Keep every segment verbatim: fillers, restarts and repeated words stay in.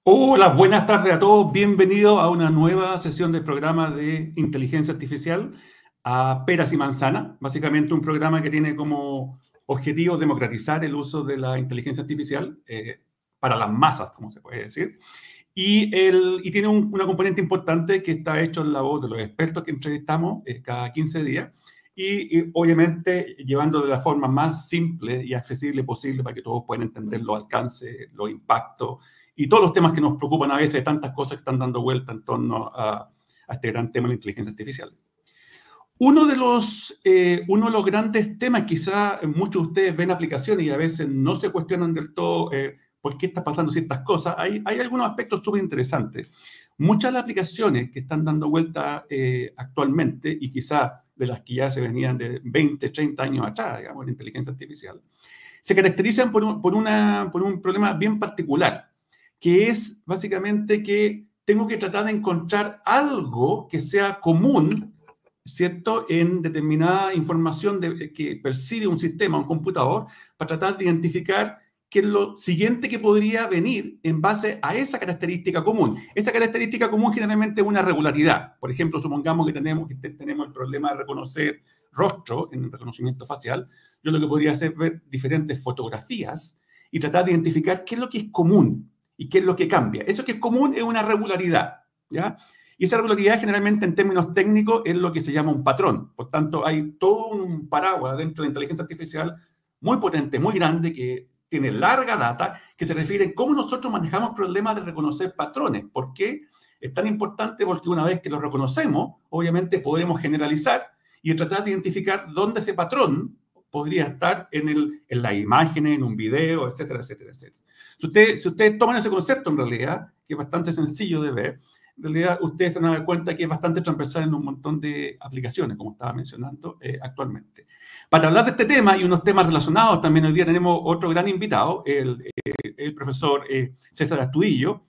Hola, buenas tardes a todos. Bienvenidos a una nueva sesión del programa de inteligencia artificial a peras y manzanas. Básicamente un programa que tiene como objetivo democratizar el uso de la inteligencia artificial eh, para las masas, como se puede decir. Y, el, y tiene un, una componente importante que está hecho en la voz de los expertos que entrevistamos eh, cada quince días. Y, y obviamente llevando de la forma más simple y accesible posible para que todos puedan entender los alcances, los impactos y todos los temas que nos preocupan a veces de tantas cosas que están dando vuelta en torno a, a este gran tema de la inteligencia artificial. Uno de los, eh, uno de los grandes temas, quizá muchos de ustedes ven aplicaciones y a veces no se cuestionan del todo eh, por qué está pasando ciertas cosas, hay, hay algunos aspectos súper interesantes. Muchas de las aplicaciones que están dando vuelta eh, actualmente, y quizá de las que ya se venían de veinte, treinta años atrás, digamos, de inteligencia artificial, se caracterizan por un, por una, por un problema bien particular, que es básicamente que tengo que tratar de encontrar algo que sea común, ¿cierto?, en determinada información de, que percibe un sistema, un computador, para tratar de identificar qué es lo siguiente que podría venir en base a esa característica común. Esa característica común generalmente es una regularidad. Por ejemplo, supongamos que tenemos, que tenemos el problema de reconocer rostro en el reconocimiento facial. Yo lo que podría hacer es ver diferentes fotografías y tratar de identificar qué es lo que es común y qué es lo que cambia. Eso que es común es una regularidad, ¿ya? Y esa regularidad generalmente en términos técnicos es lo que se llama un patrón. Por tanto, hay todo un paraguas dentro de la inteligencia artificial muy potente, muy grande, que tiene larga data, que se refiere a cómo nosotros manejamos problemas de reconocer patrones. ¿Por qué? Es tan importante porque una vez que los reconocemos, obviamente podremos generalizar y tratar de identificar dónde ese patrón podría estar en, el, en las imágenes, en un video, etcétera, etcétera, etcétera. Si, usted, si ustedes toman ese concepto en realidad, que es bastante sencillo de ver, en realidad ustedes se van a dar cuenta que es bastante transversal en un montón de aplicaciones, como estaba mencionando eh, actualmente. Para hablar de este tema y unos temas relacionados, también hoy día tenemos otro gran invitado, el, eh, el profesor eh, César Astudillo.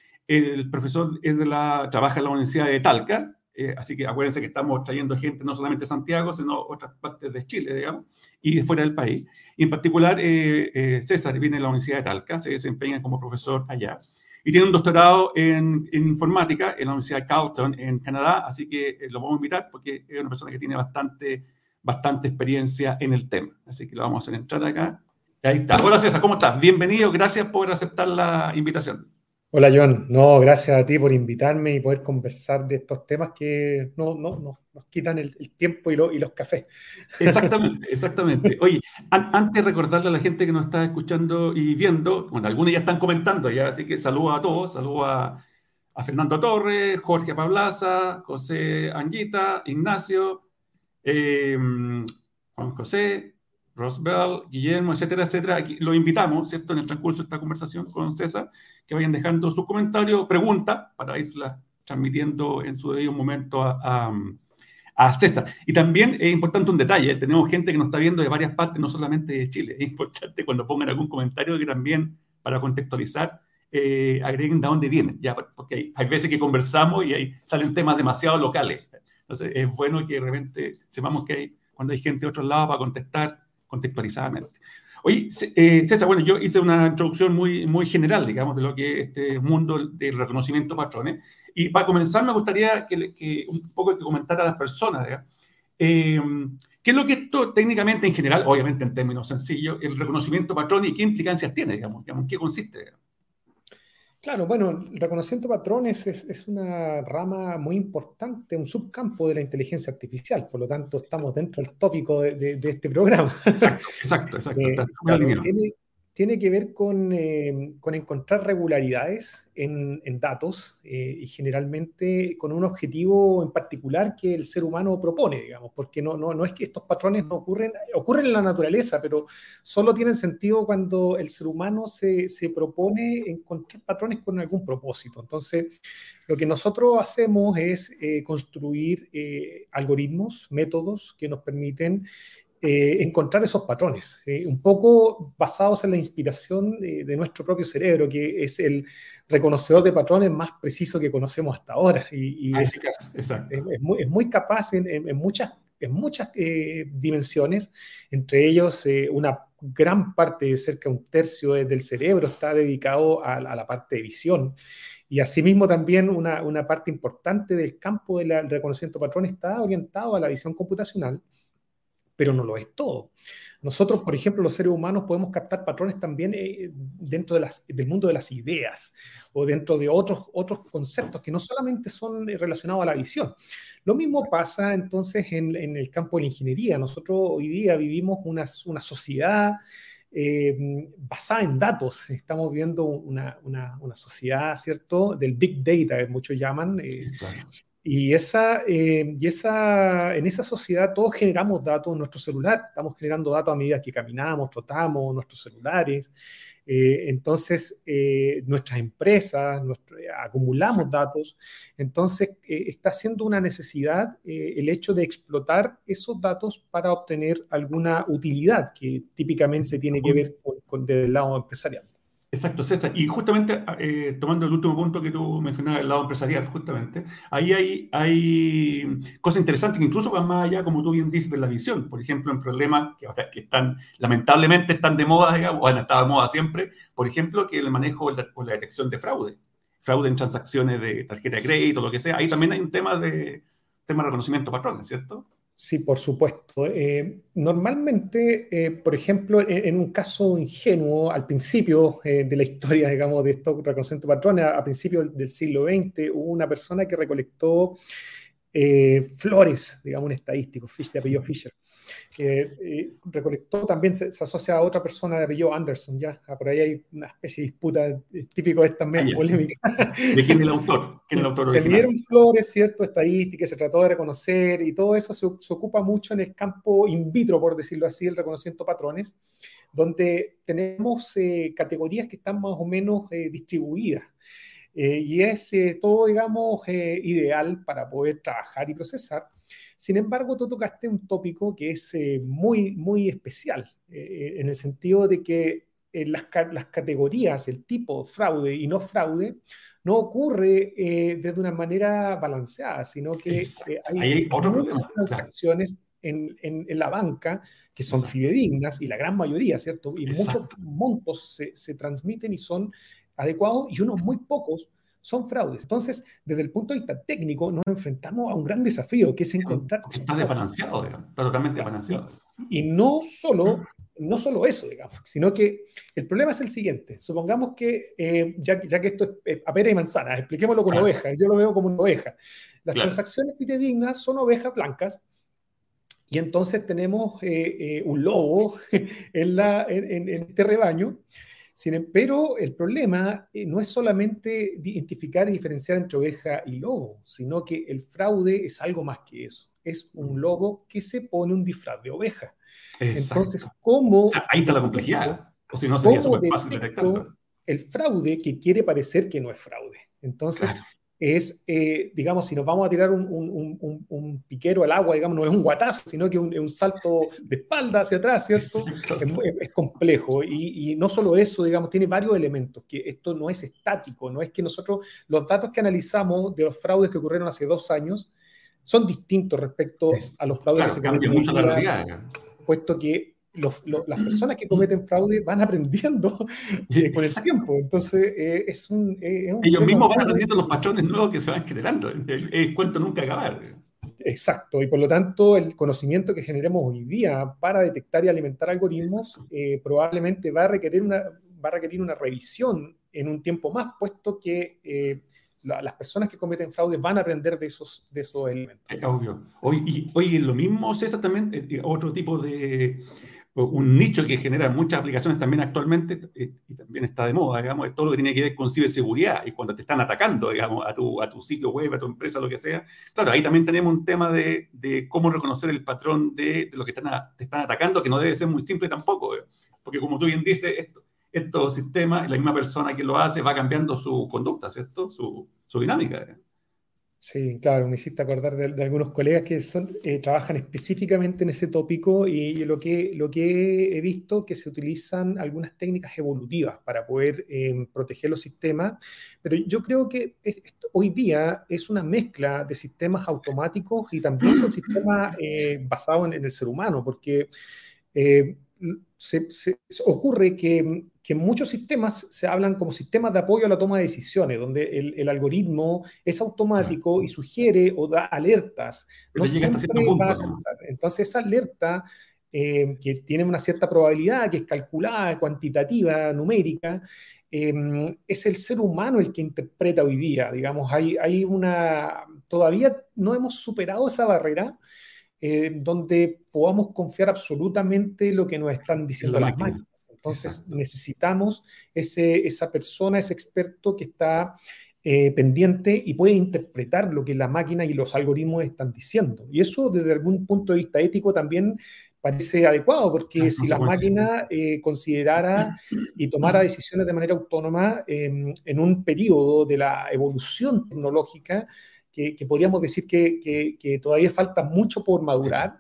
El profesor es de la, trabaja en la Universidad de Talca, eh, así que acuérdense que estamos trayendo gente no solamente de Santiago, sino otras partes de Chile, digamos, y de fuera del país. Y en particular, eh, eh, César viene de la Universidad de Talca, se desempeña como profesor allá. Y tiene un doctorado en, en informática en la Universidad de Carleton, en Canadá, así que eh, lo vamos a invitar porque es una persona que tiene bastante, bastante experiencia en el tema. Así que lo vamos a hacer entrar acá. Ahí está. Hola César, ¿cómo estás? Bienvenido, gracias por aceptar la invitación. Hola John, no, gracias a ti por invitarme y poder conversar de estos temas que no, no, no, nos quitan el, el tiempo y, lo, y los cafés. Exactamente, exactamente. Oye, an antes de recordarle a la gente que nos está escuchando y viendo, bueno, algunos ya están comentando ya, así que saludos a todos, saludos a, a Fernando Torres, Jorge Pablaza, José Anguita, Ignacio, eh, Juan José, Rosbell, Guillermo, etcétera, etcétera. Aquí los invitamos, ¿cierto?, en el transcurso de esta conversación con César, que vayan dejando sus comentarios, preguntas, para irlas transmitiendo en su debido momento a, a, a César. Y también es importante un detalle, tenemos gente que nos está viendo de varias partes, no solamente de Chile. Es importante cuando pongan algún comentario que también, para contextualizar, eh, agreguen de dónde vienen, ya, porque hay, hay veces que conversamos y hay, salen temas demasiado locales. Entonces es bueno que de repente sepamos que hay, cuando hay gente de otros lados, para contestar contextualizadamente. Oye, eh, César, bueno, yo hice una introducción muy, muy general, digamos, de lo que es este mundo del reconocimiento de patrones. Y para comenzar, me gustaría que, que un poco que comentara a las personas, eh, qué es lo que esto técnicamente en general, obviamente en términos sencillos, el reconocimiento de patrones y qué implicancias tiene, digamos, digamos en qué consiste. Digamos. Claro, bueno, el reconocimiento de patrones es, es una rama muy importante, un subcampo de la inteligencia artificial, por lo tanto estamos dentro del tópico de, de, de este programa. Exacto, exacto, exacto. Eh, claro, tiene, tiene que ver con, eh, con encontrar regularidades en, en datos eh, y generalmente con un objetivo en particular que el ser humano propone, digamos, porque no, no, no es que estos patrones no ocurren, ocurren en la naturaleza, pero solo tienen sentido cuando el ser humano se, se propone encontrar patrones con algún propósito. Entonces, lo que nosotros hacemos es eh, construir eh, algoritmos, métodos que nos permiten Eh, encontrar esos patrones, eh, un poco basados en la inspiración de, de nuestro propio cerebro, que es el reconocedor de patrones más preciso que conocemos hasta ahora, y, y es, es, es, muy, es muy capaz en, en, en muchas, en muchas eh, dimensiones, entre ellos eh, una gran parte, de cerca de un tercio del cerebro, está dedicado a, a la parte de visión. Y asimismo también una, una parte importante del campo del reconocimiento de patrones está orientado a la visión computacional, pero no lo es todo. Nosotros, por ejemplo, los seres humanos podemos captar patrones también eh, dentro de las, del mundo de las ideas o dentro de otros, otros conceptos que no solamente son relacionados a la visión. Lo mismo pasa entonces en, en el campo de la ingeniería. Nosotros hoy día vivimos una, una sociedad eh, basada en datos. Estamos viendo una, una, una sociedad, ¿cierto?, del Big Data, que muchos llaman. Eh, Sí, claro. Y, esa, eh, y esa, en esa sociedad todos generamos datos en nuestro celular, estamos generando datos a medida que caminamos, trotamos, nuestros celulares. Eh, entonces, eh, nuestras empresas, nuestro, eh, acumulamos datos. Entonces, eh, está siendo una necesidad eh, el hecho de explotar esos datos para obtener alguna utilidad que típicamente tiene que ver con, con desde el lado empresarial. Exacto, César. Y justamente, eh, tomando el último punto que tú mencionabas, el lado empresarial, justamente, ahí hay, hay cosas interesantes que incluso van más allá, como tú bien dices, de la visión. Por ejemplo, en problemas que, que están, lamentablemente, están de moda, digamos, o han estado de moda siempre. Por ejemplo, que el manejo o la, o la detección de fraude. Fraude en transacciones de tarjeta de crédito, lo que sea. Ahí también hay un tema de, tema de reconocimiento de patrones, ¿cierto? Sí, por supuesto. Eh, normalmente, eh, por ejemplo, en, en, un caso ingenuo, al principio eh, de la historia, digamos, de estos reconocimiento de patrones, a, a principios del siglo veinte, hubo una persona que recolectó eh, flores, digamos, un estadístico, Fish, de apellido Fisher. Eh, eh, recolectó, también se, se asocia a otra persona de apellido Anderson, ya, ah, por ahí hay una especie de disputa eh, típico de estas medias ah, polémicas. ¿De quién es el autor? ¿Quién es el autor se original? le dieron flores, ¿cierto? Estadísticas, se trató de reconocer y todo eso se, se ocupa mucho en el campo in vitro, por decirlo así, el reconocimiento de patrones, donde tenemos eh, categorías que están más o menos eh, distribuidas. Eh, y es eh, todo, digamos, eh, ideal para poder trabajar y procesar. Sin embargo, tú tocaste un tópico que es eh, muy, muy especial, eh, en el sentido de que eh, las, las categorías, el tipo fraude y no fraude, no ocurre eh, de una manera balanceada, sino que eh, hay, Ahí hay otro muchas problema. transacciones claro. en, en, en la banca que son Exacto. fidedignas, y la gran mayoría, ¿cierto? Y Exacto. muchos montos se, se transmiten y son adecuados, y unos muy pocos son fraudes. Entonces, desde el punto de vista técnico, nos enfrentamos a un gran desafío, que es encontrar... Está desbalanceado, digamos. Está totalmente desbalanceado. Y, y no solo... No solo eso, digamos, sino que el problema es el siguiente. Supongamos que, eh, ya, ya que esto es a pera y manzana, expliquémoslo con claro. oveja. Yo lo veo como una oveja. Las claro. transacciones fidedignas son ovejas blancas, y entonces tenemos eh, eh, un lobo en, la, en, en este rebaño. Sin, pero el problema eh, no es solamente identificar y diferenciar entre oveja y lobo, sino que el fraude es algo más que eso. Es un lobo que se pone un disfraz de oveja. Exacto. Entonces, ¿cómo? O sea, ahí está la complejidad. O si no, sería súper fácil detectarlo. El fraude que quiere parecer que no es fraude. Entonces, claro. es, eh, digamos, si nos vamos a tirar un, un, un, un piquero al agua, digamos, no es un guatazo, sino que un, un salto de espalda hacia atrás, ¿cierto? Es, es complejo. Y, y no solo eso, digamos, tiene varios elementos, que esto no es estático, no es que nosotros, los datos que analizamos de los fraudes que ocurrieron hace dos años son distintos respecto es, a los fraudes claro, que se cometen mucho la realidad, puesto que Los, lo, las personas que cometen fraude van aprendiendo eh, con el tiempo. Entonces, eh, es un, eh, es un Ellos mismos van aprendiendo los patrones nuevos que se van generando. El, el cuento nunca acabar. Exacto, y por lo tanto, el conocimiento que generemos hoy día para detectar y alimentar algoritmos eh, probablemente va a, requerir una, va a requerir una revisión en un tiempo más, puesto que eh, la, las personas que cometen fraude van a aprender de esos, de esos elementos. Es obvio. Hoy, y, hoy lo mismo, César, también, eh, otro tipo de... un nicho que genera muchas aplicaciones también actualmente, eh, y también está de moda, digamos, es todo lo que tiene que ver con ciberseguridad, y cuando te están atacando, digamos, a tu, a tu sitio web, a tu empresa, lo que sea. Claro, ahí también tenemos un tema de, de cómo reconocer el patrón de, de lo que están a, te están atacando, que no debe ser muy simple tampoco, eh, porque como tú bien dices, esto, estos sistemas, la misma persona que lo hace va cambiando su conducta, ¿cierto? Su, su dinámica. Eh. Sí, claro, me hiciste acordar de, de algunos colegas que son, eh, trabajan específicamente en ese tópico, y, y lo, que, lo que he visto que se utilizan algunas técnicas evolutivas para poder eh, proteger los sistemas, pero yo creo que esto, hoy día es una mezcla de sistemas automáticos y también con sistemas eh, basados en, en el ser humano, porque eh, se, se, se ocurre que, que en muchos sistemas se hablan como sistemas de apoyo a la toma de decisiones, donde el, el algoritmo es automático y sugiere o da alertas. Pero No llega hasta cierto siempre va a punto, ¿no? acertar. Entonces esa alerta, eh, que tiene una cierta probabilidad, que es calculada, cuantitativa, numérica, eh, es el ser humano el que interpreta hoy día. Digamos, hay, hay una... Todavía no hemos superado esa barrera, eh, donde podamos confiar absolutamente lo que nos están En diciendo la las máquina. máquinas. Entonces Exacto. necesitamos ese, esa persona, ese experto que está eh, pendiente y puede interpretar lo que la máquina y los algoritmos están diciendo. Y eso desde algún punto de vista ético también parece adecuado, porque Las si la consecuencias. máquina eh, considerara y tomara decisiones de manera autónoma eh, en un periodo de la evolución tecnológica, que, que podríamos decir que, que, que, todavía falta mucho por Sí. madurar,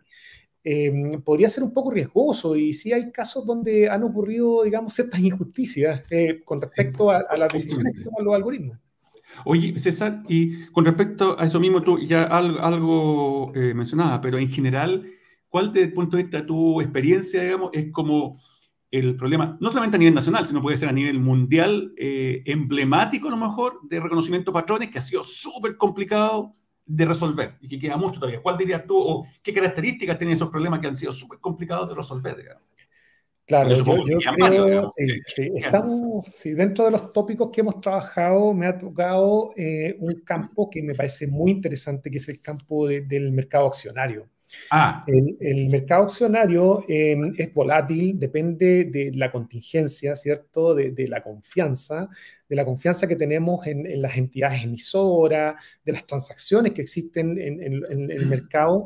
eh, podría ser un poco riesgoso. Y sí hay casos donde han ocurrido, digamos, ciertas injusticias eh, con Sí, respecto a, a las decisiones que totalmente. toman los algoritmos. Oye, César, y con respecto a eso mismo, tú ya algo, algo eh, mencionabas, pero en general, ¿cuál desde el punto de vista de tu experiencia, digamos, es como el problema, no solamente a nivel nacional, sino puede ser a nivel mundial, eh, emblemático a lo mejor, de reconocimiento de patrones, que ha sido súper complicado de resolver y que queda mucho todavía? ¿Cuál dirías tú o qué características tienen esos problemas que han sido súper complicados de resolver, digamos? Porque Claro, yo, supongo que yo quedan varios, creo, digamos. sí, Que, sí, que quedan. estamos, sí, dentro de los tópicos que hemos trabajado, me ha tocado eh, un campo que me parece muy interesante, que es el campo de, del mercado accionario. Ah, El, el mercado accionario eh, es volátil, depende de la contingencia, ¿cierto? De, de, la confianza, de la confianza que tenemos en, en las entidades emisoras, de las transacciones que existen en, en, en el mercado.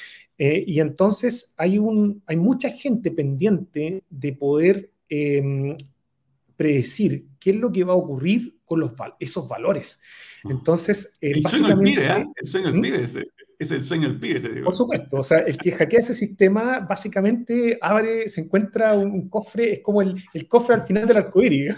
Eh, y entonces hay, un, hay mucha gente pendiente de poder eh, predecir qué es lo que va a ocurrir con los, esos valores. Entonces, eh, el sueño del pibe, ¿eh? básicamente... El sueño del ¿Mm? pibe ese. Es el sueño del pibe, te Por digo. supuesto, o sea, el que hackea ese sistema básicamente abre, se encuentra un cofre, es como el, el cofre al final del arco iris.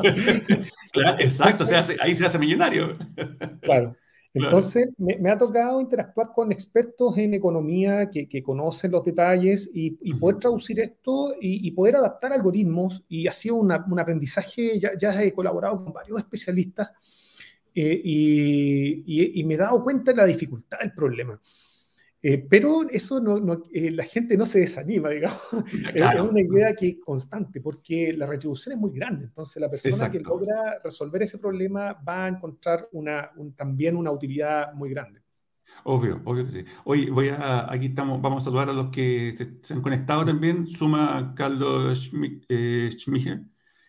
Claro, exacto, se Entonces, hace, ahí se hace millonario. claro. Claro. Entonces, me, me ha tocado interactuar con expertos en economía que, que conocen los detalles y, y poder Ujú. traducir esto y, y poder adaptar algoritmos. Y ha sido una, un aprendizaje, ya, ya he colaborado con varios especialistas eh, y, y, y me he dado cuenta de la dificultad del problema. Eh, pero eso no, no, eh, la gente no se desanima, digamos. Ya, Es, es claro, una idea que es constante porque la retribución es muy grande. Entonces, la persona que exacto. logra resolver ese problema va a encontrar una, un, también una utilidad muy grande. Obvio, obvio que sí. Oye, voy a, aquí estamos, vamos a saludar a los que se, se han conectado también. Suma Carlos Schmi- eh, Schmiger,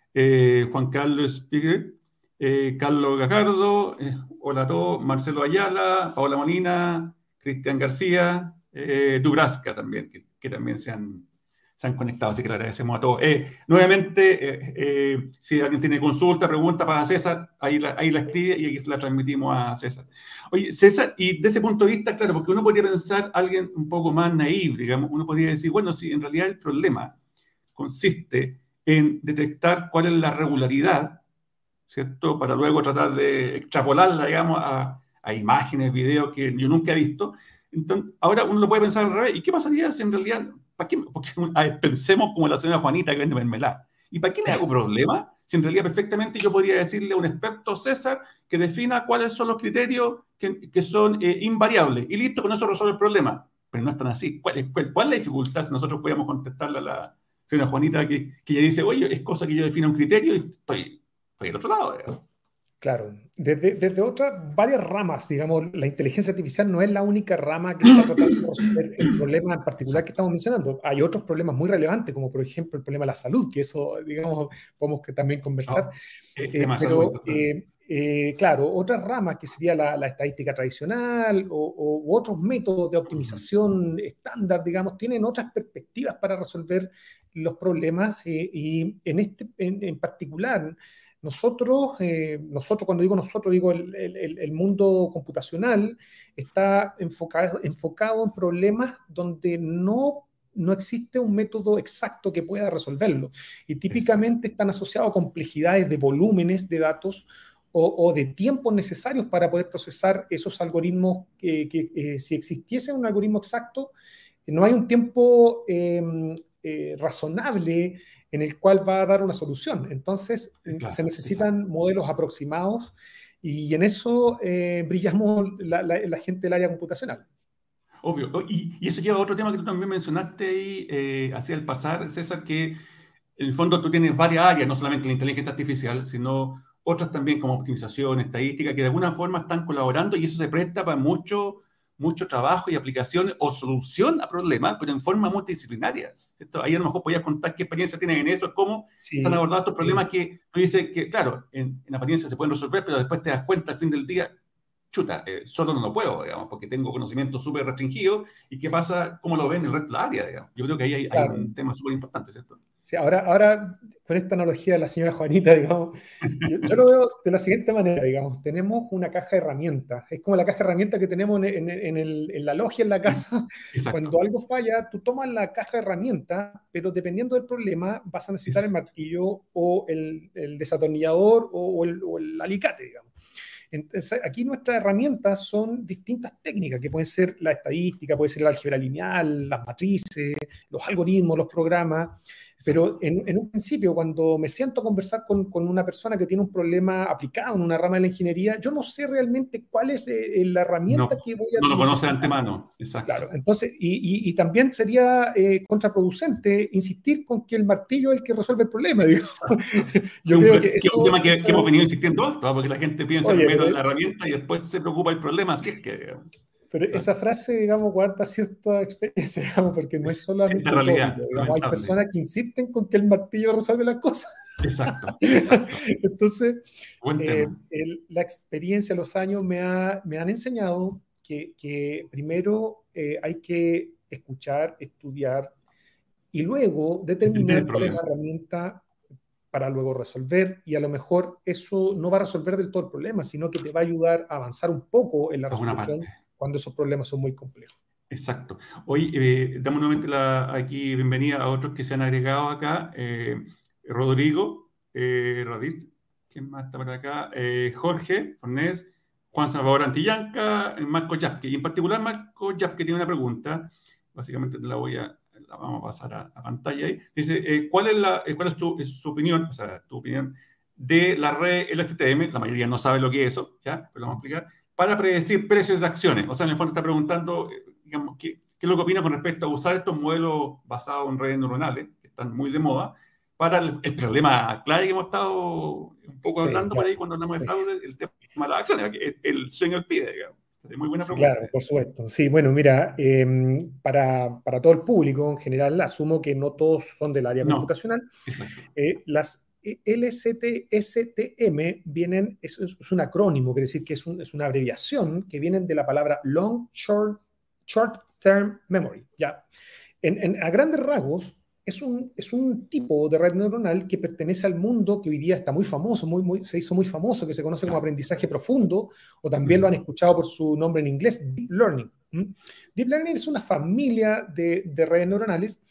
eh, Juan Carlos Spiger, eh, Carlos Gajardo, eh, hola a todos, Marcelo Ayala, Paola Molina, Cristian García, eh, Dubrasca también, que, que también se han, se han conectado, así que le agradecemos a todos. Eh, nuevamente, eh, eh, si alguien tiene consulta, pregunta para César, ahí la, ahí la escribe y aquí la transmitimos a César. Oye, César, y desde ese punto de vista, claro, porque uno podría pensar, alguien un poco más naive, digamos, uno podría decir, bueno, si en realidad el problema consiste en detectar cuál es la regularidad, ¿cierto? Para luego tratar de extrapolarla, digamos, a, a imágenes, videos que yo nunca he visto. Entonces, ahora uno lo puede pensar al revés. ¿Y qué pasaría si en realidad, ¿para qué? Porque a ver, pensemos como la señora Juanita que vende mermelada. ¿Y para qué me hago problema? Si en realidad perfectamente yo podría decirle a un experto, César, que defina cuáles son los criterios que, que son eh, invariables. Y listo, con eso resuelve el problema. Pero no es tan así. ¿Cuál es, cuál, cuál es la dificultad si nosotros podíamos contestarle a la señora Juanita que, que ella dice, oye, es cosa que yo defina un criterio y estoy por el otro lado, ¿eh? Claro, desde, desde otras, varias ramas, digamos, la inteligencia artificial no es la única rama que está tratando de resolver el problema en particular que Exacto. estamos mencionando. Hay otros problemas muy relevantes, como por ejemplo el problema de la salud, que eso, digamos, podemos que también conversar. No, el Eh, tema de salud muy pero, importante. eh, eh, claro, otras ramas que sería la, la estadística tradicional o, o, u otros métodos de Uh-huh. optimización estándar, digamos, tienen otras perspectivas para resolver los problemas eh, y en este en, en particular nosotros, eh, nosotros, cuando digo nosotros, digo el, el, el mundo computacional, está enfocado, enfocado en problemas donde no, no existe un método exacto que pueda resolverlo. Y Exacto. típicamente están asociados a complejidades de volúmenes de datos o, o de tiempos necesarios para poder procesar esos algoritmos que, que eh, si existiese un algoritmo exacto, no hay un tiempo... Eh, eh, razonable en el cual va a dar una solución. Entonces, Claro, se necesitan exacto. modelos aproximados y en eso eh, brillamos la, la, la gente del área computacional. Obvio. O- Y, y eso lleva a otro tema que tú también mencionaste ahí, eh, hacia el pasar, César, que en el fondo tú tienes varias áreas, no solamente la inteligencia artificial, sino otras también como optimización, estadística, que de alguna forma están colaborando y eso se presta para mucho, mucho trabajo y aplicaciones o solución a problemas, pero en forma multidisciplinaria. ¿Cierto? Ahí a lo mejor podías contar qué experiencia tienes en eso, cómo se han Sí, abordado estos sí. problemas que tú dices que, claro, en, en apariencia se pueden resolver, pero después te das cuenta al fin del día, chuta, eh, solo no lo puedo, digamos, porque tengo conocimiento súper restringido. ¿Y qué pasa? ¿Cómo lo ven el resto de la área, digamos? Yo creo que ahí hay, hay Claro. un tema súper importante, ¿cierto? Sí, ahora, ahora, con esta analogía de la señora Juanita, digamos, yo, yo lo veo de la siguiente manera, digamos, tenemos una caja de herramientas, es como la caja de herramientas que tenemos en, en- en el- en la logia en la casa. Cuando Exacto. algo falla, tú tomas la caja de herramientas, pero dependiendo del problema vas a necesitar el Exacto. martillo o el, el desatornillador o, o el, o el alicate, digamos. Entonces, aquí nuestras herramientas son distintas técnicas, que pueden ser la estadística, puede ser la álgebra lineal, las matrices, los algoritmos, los programas. Pero Exacto. en, en un principio, cuando me siento a conversar con, con una persona que tiene un problema aplicado en una rama de la ingeniería, yo no sé realmente cuál es eh, la herramienta No, que voy a no lo conoce de necesitar. antemano. Claro, Exacto. entonces, y, y, y también sería eh, contraproducente insistir con que el martillo es el que resuelve el problema, digamos. Exacto. Que Yo un, creo que que un eso, tema que, que hemos eso, venido insistiendo alto, ¿ah? Porque la gente piensa oye, primero pero en la herramienta y después se preocupa del problema, así es que, digamos. Pero Claro. esa frase, digamos, guarda cierta experiencia, digamos, porque no es Es cierta solamente utópico, realidad, digamos, hay lamentable. personas que insisten con que el martillo resuelve las cosas. Exacto, exacto. Entonces, Buen eh, tema. el- la experiencia, los años me, ha- me han enseñado que, que primero eh, hay que escuchar, estudiar y luego Entender el determinar cuál es la problema. herramienta para luego resolver, y a lo mejor eso no va a resolver del todo el problema, sino que te va a ayudar a avanzar un poco en la A una parte. resolución cuando esos problemas son muy complejos. Exacto. Hoy eh, damos nuevamente la, aquí bienvenida a otros que se han agregado acá. Eh, Rodrigo eh, Radiz, ¿quién más está por acá? Eh, Jorge Fornés, Juan Salvador Antillanca, eh, Marco Yapke. Y en particular Marco Yapke tiene una pregunta. Básicamente te la voy a, la vamos a pasar a, a pantalla ahí. Dice, eh, ¿cuál es, la, eh, cuál es, tu, es su opinión, o sea, tu opinión de la red L S T M? La mayoría no sabe lo que es eso, ¿ya? Pero lo vamos a explicar. Para predecir precios de acciones. O sea, en el fondo está preguntando, eh, digamos, ¿qué, qué es lo que opina con respecto a usar estos modelos basados en redes neuronales, que están muy de moda, para el, el problema clave que hemos estado un poco Sí, hablando por claro. ahí cuando hablamos de Sí, fraude, el tema de las acciones, que el, el sueño pide, digamos. Muy buena sí, pregunta. claro, por supuesto. Sí, bueno, mira, eh, para, para todo el público en general, asumo que no todos son del área No, computacional. exacto. Eh, las L S T M vienen, es, es un acrónimo, quiere decir que es, un, es, una abreviación que vienen de la palabra Long Short, Short Term Memory. ¿Ya? En, en, a grandes rasgos, es un, es un tipo de red neuronal que pertenece al mundo que hoy día está muy famoso, muy, muy, se hizo muy famoso, que se conoce como Claro. aprendizaje profundo, o también lo han Uh-huh. escuchado por su nombre en inglés, Deep Learning. ¿Mm? Deep Learning es una familia de, de redes neuronales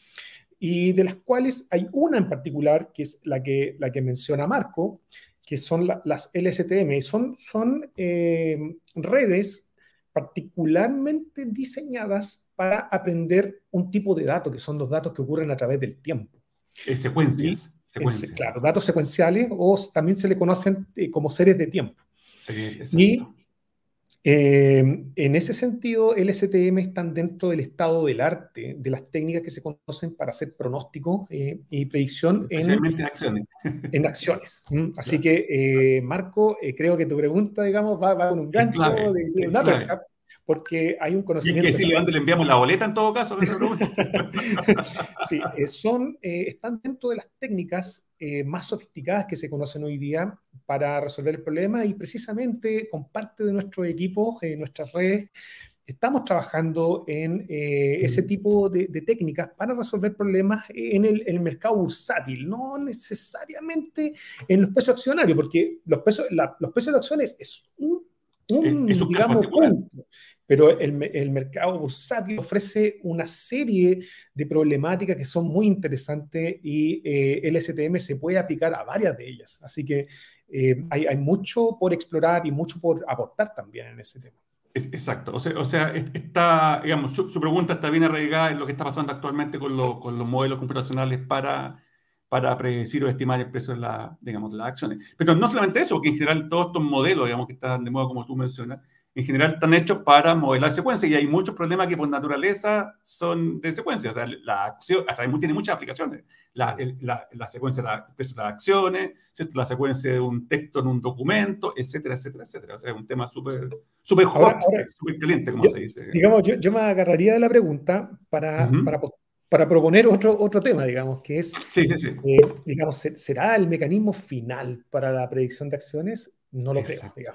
y de las cuales hay una en particular, que es la que, la que menciona Marco, que son la, las L S T M. Son, son eh, redes particularmente diseñadas para aprender un tipo de datos, que son los datos que ocurren a través del tiempo. Eh, Y, secuencias, es, secuencias. claro, datos secuenciales o también se le conocen eh, como series de tiempo. Sería, Y exacto. eh, en ese sentido, L S T M están dentro del estado del arte, de las técnicas que se conocen para hacer pronóstico eh, y predicción en, Especialmente acciones. en acciones. ¿Mm? Así Claro. que, eh, Marco, eh, creo que tu pregunta, digamos, va, va con un Es gancho clave, de, de es una clave. perca, porque hay un Y hay que conocimiento decirle dónde enorme. le enviamos la boleta en todo caso, que se pregunta. Sí, eh, son, eh, están dentro de las técnicas eh, más sofisticadas que se conocen hoy día para resolver el problema y precisamente con parte de nuestro equipo, eh, nuestras redes, estamos trabajando en eh, ese tipo de, de, técnicas para resolver problemas en el, en el mercado bursátil, no necesariamente en los pesos accionarios, porque los pesos, la, los pesos de acciones es un, Es, es un un caso digamos, particular. punto. Pero el, el, mercado bursátil ofrece una serie de problemáticas que son muy interesantes y eh, L S T M se puede aplicar a varias de ellas. Así que eh, hay, hay mucho por explorar y mucho por aportar también en ese tema. Es- exacto. O sea, o sea, es- está, digamos, su, su pregunta está bien arraigada en lo que está pasando actualmente con, lo- con los modelos computacionales para, para predecir o estimar el precio de, la, digamos, de las acciones. Pero no solamente eso, porque en general todos estos modelos, digamos, que están de moda, como tú mencionas, en general están hechos para modelar secuencias y hay muchos problemas que por naturaleza son de secuencias. O sea, la acción, o sea, tiene muchas aplicaciones. La, el- la, la secuencia de la- el precio de las acciones, ¿cierto? La secuencia de un texto en un documento, etcétera, etcétera, etcétera. O sea, es un tema súper súper Ahora, hot, ahora súper caliente, como yo, se dice. digamos, yo, yo me agarraría de la pregunta para, Ujú. para, pos- para proponer otro, otro tema, digamos, que es, Sí, sí, sí. eh, digamos, ¿se- ¿será el mecanismo final para la predicción de acciones? No lo creo, Exacto. digamos.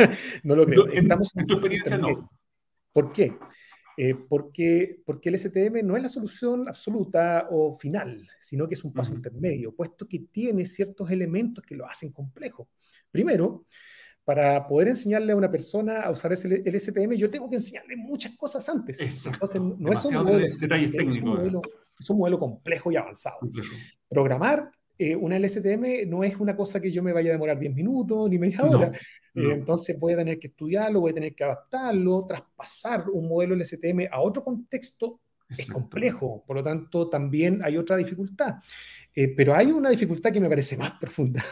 No lo creo. Du- En, Estamos en en un tu punto experiencia, intermedio. no. ¿Por qué? Eh, porque, porque el S T M no es la solución absoluta o final, sino que es un paso Ujú. intermedio, puesto que tiene ciertos elementos que lo hacen complejo. Primero, para poder enseñarle a una persona a usar ese- el S T M, yo tengo que enseñarle muchas cosas antes. Entonces, Exacto. no es un Demasiados modelo de- detalles simple, es un técnicos. eh. modelo, es un modelo complejo y avanzado. Complejo. Programar eh, una L S T M no es una cosa que yo me vaya a demorar diez minutos ni media hora. No, Eh, no. entonces voy a tener que estudiarlo, voy a tener que adaptarlo, traspasar un modelo L S T M a otro contexto es Exacto. complejo. Por lo tanto, también hay otra dificultad. Eh, pero hay una dificultad que me parece más profunda,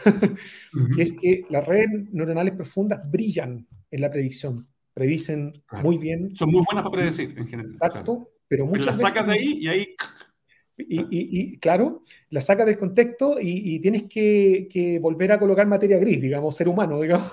que es Ujú. que las redes neuronales profundas brillan en la predicción, predicen Claro. muy bien, Son muy buenas para predecir, en general. Claro. exacto, pero Pero muchas las veces sacas de ahí y ahí. y, Claro. y- y, claro, la sacas del contexto y, y tienes que, que volver a colocar materia gris, digamos, ser humano, digamos.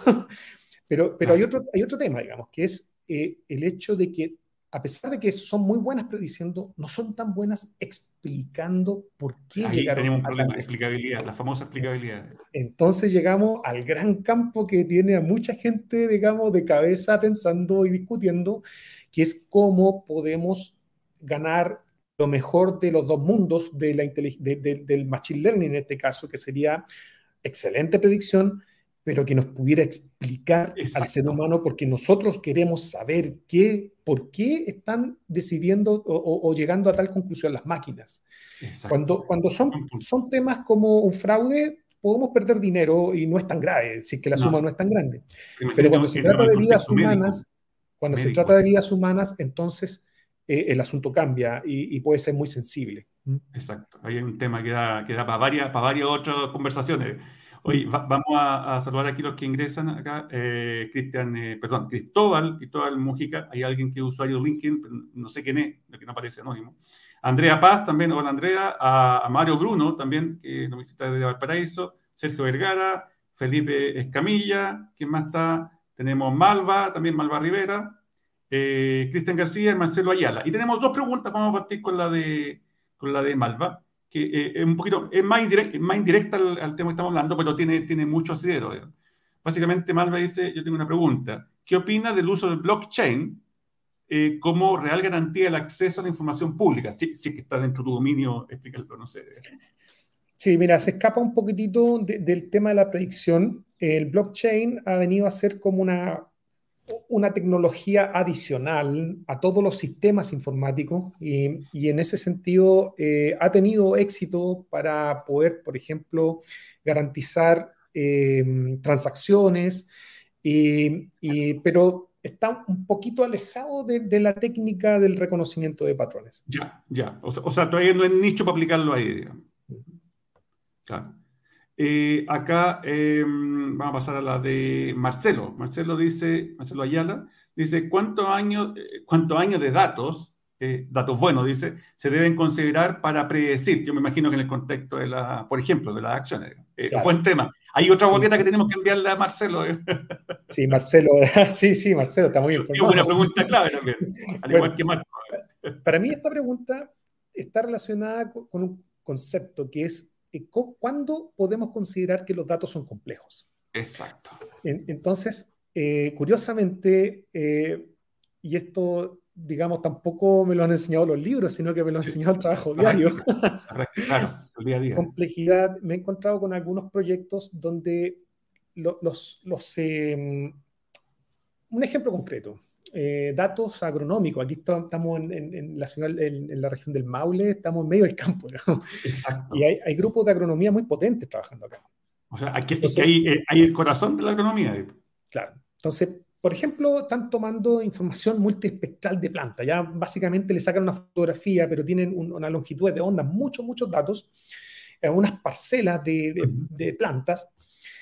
Pero, pero hay, Claro. otro, hay otro tema, digamos, que es eh, el hecho de que, a pesar de que son muy buenas prediciendo, no son tan buenas explicando por qué Ahí llegaron tenemos un a tal problema, decisión. explicabilidad, la famosa explicabilidad. Entonces llegamos al gran campo que tiene a mucha gente, digamos, de cabeza pensando y discutiendo, que es cómo podemos ganar lo mejor de los dos mundos de la de, de, del machine learning en este caso, que sería excelente predicción, pero que nos pudiera explicar al ser Exacto. humano, porque nosotros queremos saber qué, por qué están decidiendo o, o, o llegando a tal conclusión las máquinas. Exacto. Cuando, cuando Buen son, punto. son temas como un fraude, podemos perder dinero y no es tan grave, si es que la suma No. no es tan grande. Pero Imagínate cuando se en trata el de vidas contexto médico. humanas, cuando se Médico. trata de vidas humanas, entonces eh, el asunto cambia y, y, puede ser muy sensible. ¿Mm? Exacto. Ahí hay un tema que da, que da para varias, para varias otras conversaciones. Oye, ¿Mm? va- vamos a, a saludar aquí los que ingresan acá. Eh, Cristian, eh, perdón, Cristóbal, Cristóbal Mujica. Hay alguien que es usuario de LinkedIn, pero no sé quién es, que no aparece anónimo. Andrea Paz también, hola Andrea. A, a Mario Bruno también, que nos visita desde Valparaíso. Sergio Vergara, Felipe Escamilla. ¿Quién más está? Tenemos Malva, también Malva Rivera. Eh, Cristian García y Marcelo Ayala. Y tenemos dos preguntas, vamos a partir con la de, con la de Malva, que eh, es un poquito, es más, indirecta, más indirecta al, al, tema que estamos hablando, pero tiene, tiene mucho asidero. ¿eh? Básicamente, Malva dice, yo tengo una pregunta, ¿qué opina del uso del blockchain eh, como real garantía del acceso a la información pública? Si, si es que está dentro de tu dominio, explícalo, no sé. Sí, mira, se escapa un poquitito de, del tema de la predicción. El blockchain ha venido a ser como una, una tecnología adicional a todos los sistemas informáticos y, y en ese sentido eh, ha tenido éxito para poder, por ejemplo, garantizar eh, transacciones, y, y, pero está un poquito alejado de, de la técnica del reconocimiento de patrones. Ya, ya. O sea, o sea, todavía no es nicho para aplicarlo ahí, digamos. Claro. Eh, acá eh, vamos a pasar a la de Marcelo. Marcelo dice, Marcelo Ayala, dice, ¿cuántos años, eh, cuántos años de datos, eh, datos buenos, dice, se deben considerar para predecir? Yo me imagino que en el contexto de la, por ejemplo, de las acciones. Eh, Claro. buen tema. Hay otra Sí, boleta sí. que tenemos que enviarle a Marcelo. Eh. Sí, Marcelo, sí, sí, Marcelo está muy Es informado. una pregunta clave también, al Bueno, igual que Marco. para mí esta pregunta está relacionada con un concepto que es eh, ¿cuándo podemos considerar que los datos son complejos? Exacto. En, entonces, eh, curiosamente, eh, y esto, digamos, tampoco me lo han enseñado los libros, sino que me lo han Sí. enseñado el trabajo La diario. práctica, la práctica, claro, el día a día. Complejidad, me he encontrado con algunos proyectos donde lo, los, los eh, un ejemplo concreto. Eh, datos agronómicos. Aquí estamos en, en, en la ciudad, en, en, la región del Maule, estamos en medio del campo, ¿no? Exacto. Y hay, hay grupos de agronomía muy potentes trabajando acá. O sea, aquí, Entonces, que hay, hay el corazón de la economía. claro. Entonces, por ejemplo, están tomando información multiespectral de planta. Ya básicamente le sacan una fotografía, pero tienen un, una longitud de onda, muchos, muchos datos, eh, unas parcelas de, de, de plantas.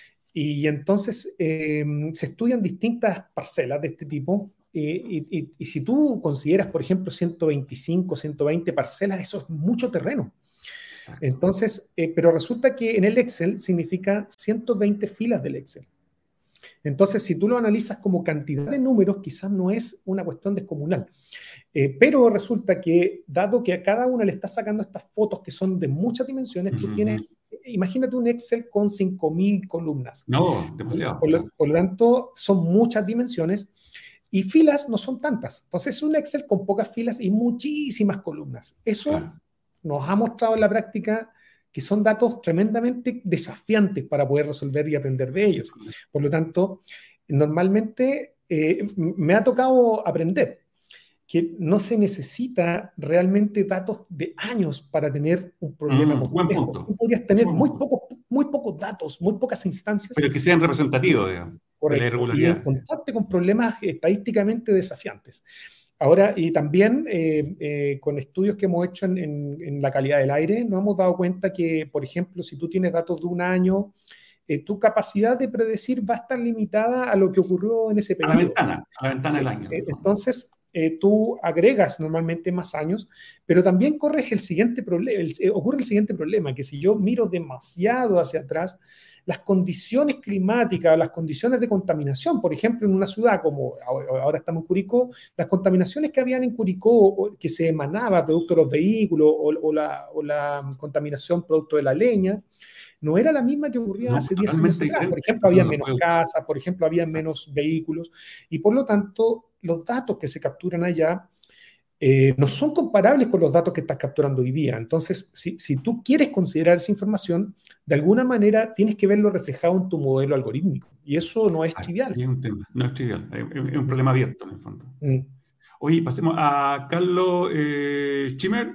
Y entonces eh, se estudian distintas parcelas de este tipo. Eh, y, y, y si tú consideras, por ejemplo, ciento veinticinco, ciento veinte parcelas, eso es mucho terreno. Exacto. Entonces, eh, pero resulta que en el Excel significa ciento veinte filas del Excel. Entonces, si tú lo analizas como cantidad de números, quizás no es una cuestión descomunal. Eh, pero resulta que, dado que a cada una le estás sacando estas fotos que son de muchas dimensiones, uh-huh. tú tienes, imagínate un Excel con cinco mil columnas. No, demasiado. Por, por, por lo tanto, son muchas dimensiones y filas no son tantas. Entonces, es un Excel con pocas filas y muchísimas columnas. Eso claro. nos ha mostrado en la práctica que son datos tremendamente desafiantes para poder resolver y aprender de ellos. Por lo tanto, normalmente eh, me ha tocado aprender que no se necesita realmente datos de años para tener un problema mm, complejo. Buen punto. Tú podrías tener muy pocos, muy pocos datos, muy pocas instancias. Pero que sean representativos, digamos, correcto, de la irregularidad. Y encontrarte con problemas estadísticamente desafiantes. Ahora, y también eh, eh, con estudios que hemos hecho en, en, en la calidad del aire, nos hemos dado cuenta que, por ejemplo, si tú tienes datos de un año, eh, tu capacidad de predecir va a estar limitada a lo que ocurrió en ese periodo. A la ventana, a la ventana sí, del año. Eh, entonces, eh, tú agregas normalmente más años, pero también corres el siguiente problema, el, eh, ocurre el siguiente problema, que si yo miro demasiado hacia atrás, las condiciones climáticas, las condiciones de contaminación, por ejemplo, en una ciudad como ahora estamos en Curicó, las contaminaciones que habían en Curicó, que se emanaba producto de los vehículos o, o, la, o la contaminación producto de la leña, no era la misma que ocurría no, hace diez años atrás. Por ejemplo, había menos casas, por ejemplo, había menos vehículos, y por lo tanto, los datos que se capturan allá Eh, no son comparables con los datos que estás capturando hoy día. Entonces, si, si tú quieres considerar esa información, de alguna manera tienes que verlo reflejado en tu modelo algorítmico. Y eso no es ah, trivial. Es un tema, no es trivial, es, es un problema abierto en el fondo. Mm. Oye, pasemos a Carlos eh, Chimer.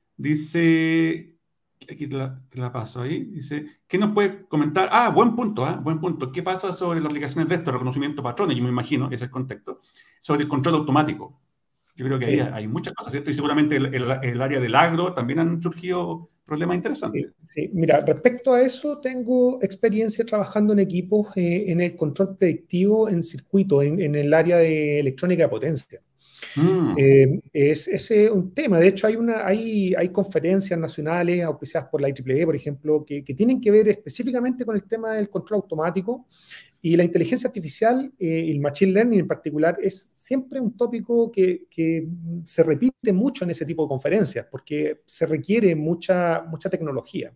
Dice, aquí te la, te la paso ahí, dice, ¿qué nos puede comentar? Ah, buen punto, ¿eh? buen punto. ¿Qué pasa sobre las aplicaciones de esto, reconocimiento de patrones? Yo me imagino, ese es el contexto, sobre el control automático. Yo creo que sí. ahí hay muchas cosas, ¿cierto? Y seguramente el, el, el área del agro también han surgido problemas interesantes. Sí, sí. Mira, respecto a eso, tengo experiencia trabajando en equipos eh, en el control predictivo en circuito, en, en el área de electrónica de potencia. Mm. Eh, es, es un tema. De hecho, hay, una, hay, hay conferencias nacionales auspiciadas por la I triple E, por ejemplo, que, que tienen que ver específicamente con el tema del control automático. Y la inteligencia artificial y eh, el machine learning en particular es siempre un tópico que, que se repite mucho en ese tipo de conferencias porque se requiere mucha, mucha tecnología.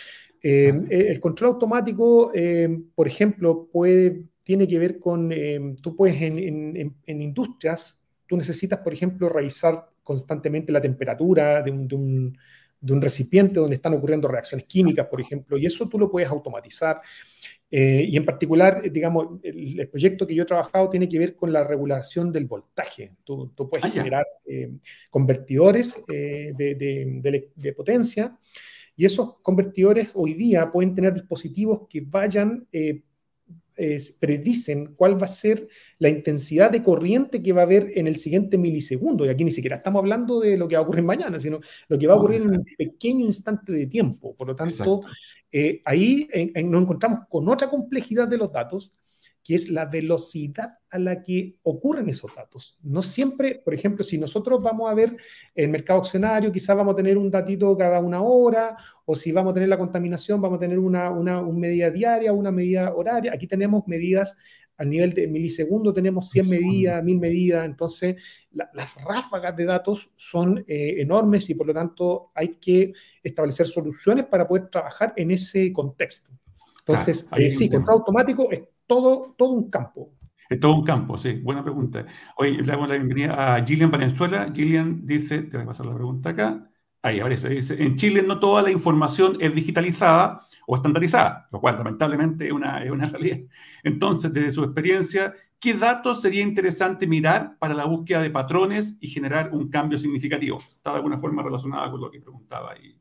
Eh, uh-huh. El control automático, eh, por ejemplo, puede, tiene que ver con, eh, tú puedes en, en, en industrias, tú necesitas, por ejemplo, revisar constantemente la temperatura de un, de un, de un recipiente donde están ocurriendo reacciones químicas, por ejemplo, y eso tú lo puedes automatizar. Eh, y en particular, digamos, el, el proyecto que yo he trabajado tiene que ver con la regulación del voltaje. Tú, tú puedes ah, generar eh, convertidores eh, de, de, de, de potencia y esos convertidores hoy día pueden tener dispositivos que vayan, eh, eh, predicen cuál va a ser la intensidad de corriente que va a haber en el siguiente milisegundo. Y aquí ni siquiera estamos hablando de lo que va a ocurrir mañana, sino lo que va a ocurrir en un pequeño instante de tiempo. Por lo tanto, eh, ahí en, en, nos encontramos con otra complejidad de los datos, que es la velocidad a la que ocurren esos datos. No siempre, por ejemplo, si nosotros vamos a ver el mercado accionario, quizás vamos a tener un datito cada una hora, o si vamos a tener la contaminación, vamos a tener una, una, una medida diaria, una medida horaria. Aquí tenemos medidas al nivel de milisegundos, tenemos cien medidas, mil medidas, entonces la, las ráfagas de datos son eh, enormes y por lo tanto hay que establecer soluciones para poder trabajar en ese contexto. Entonces, claro, eh, sí, control automático es todo, todo un campo. Es todo un campo, sí. Buena pregunta. Hoy le damos la bienvenida a Gillian Valenzuela. Gillian dice, te voy a pasar la pregunta acá. Ahí aparece, dice, en Chile no toda la información es digitalizada o estandarizada, lo cual lamentablemente es una, es una realidad. Entonces, desde su experiencia, ¿qué datos sería interesante mirar para la búsqueda de patrones y generar un cambio significativo? Está de alguna forma relacionada con lo que preguntaba ahí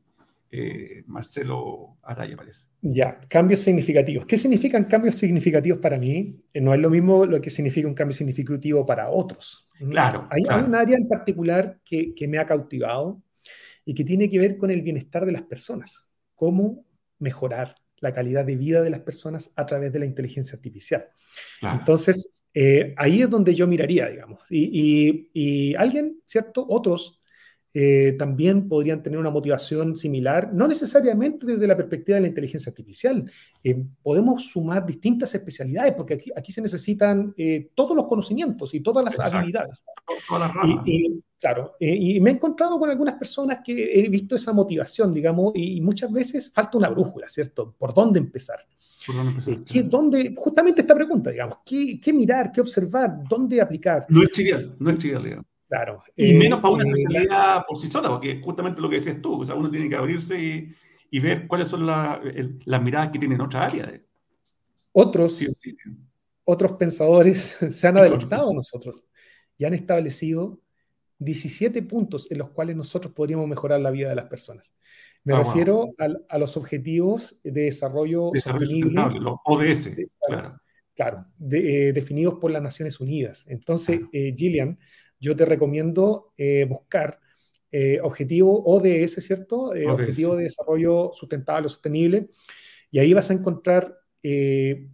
eh, Marcelo Araya, parece. Ya, cambios significativos. ¿Qué significan cambios significativos para mí? Eh, no es lo mismo lo que significa un cambio significativo para otros. ¿Mm? Claro, Hay, hay un claro. área en particular que, que me ha cautivado y que tiene que ver con el bienestar de las personas. Cómo mejorar la calidad de vida de las personas a través de la inteligencia artificial. Claro. Entonces, eh, ahí es donde yo miraría, digamos. Y, y, y alguien, ¿cierto? Otros eh, también podrían tener una motivación similar, no necesariamente desde la perspectiva de la inteligencia artificial. Eh, podemos sumar distintas especialidades, porque aquí, aquí se necesitan eh, todos los conocimientos y todas las Exacto. habilidades. Todas las Y, ramas. y, claro, eh, y me he encontrado con algunas personas que he visto esa motivación, digamos, y muchas veces falta una brújula, ¿cierto? ¿Por dónde empezar? ¿Por dónde empezar? Eh, ¿qué, Claro. dónde, justamente esta pregunta, digamos, ¿qué, qué mirar, qué observar, dónde aplicar? No es trivial, no es trivial, digamos. Claro. Y menos Eh, para una eh, la- especialidad por sí sola, porque es justamente lo que decías tú, o sea, uno tiene que abrirse y, y ver cuáles son la- el- las miradas que tienen otra área, de- sí o otros, sí. otros pensadores se han Sí, otros adelantado a pensadores. nosotros y han establecido diecisiete puntos en los cuales nosotros podríamos mejorar la vida de las personas. Me Ah, wow. refiero al- a los objetivos de desarrollo Desarrollo sostenible, sustentable, los O D S, de- claro. claro, de- eh, definidos por las Naciones Unidas. Entonces, Claro. eh, Gillian, yo te recomiendo eh, buscar eh, objetivo O D S, ¿cierto? Eh, O D S. objetivo de desarrollo sustentable o sostenible, y ahí vas a encontrar eh,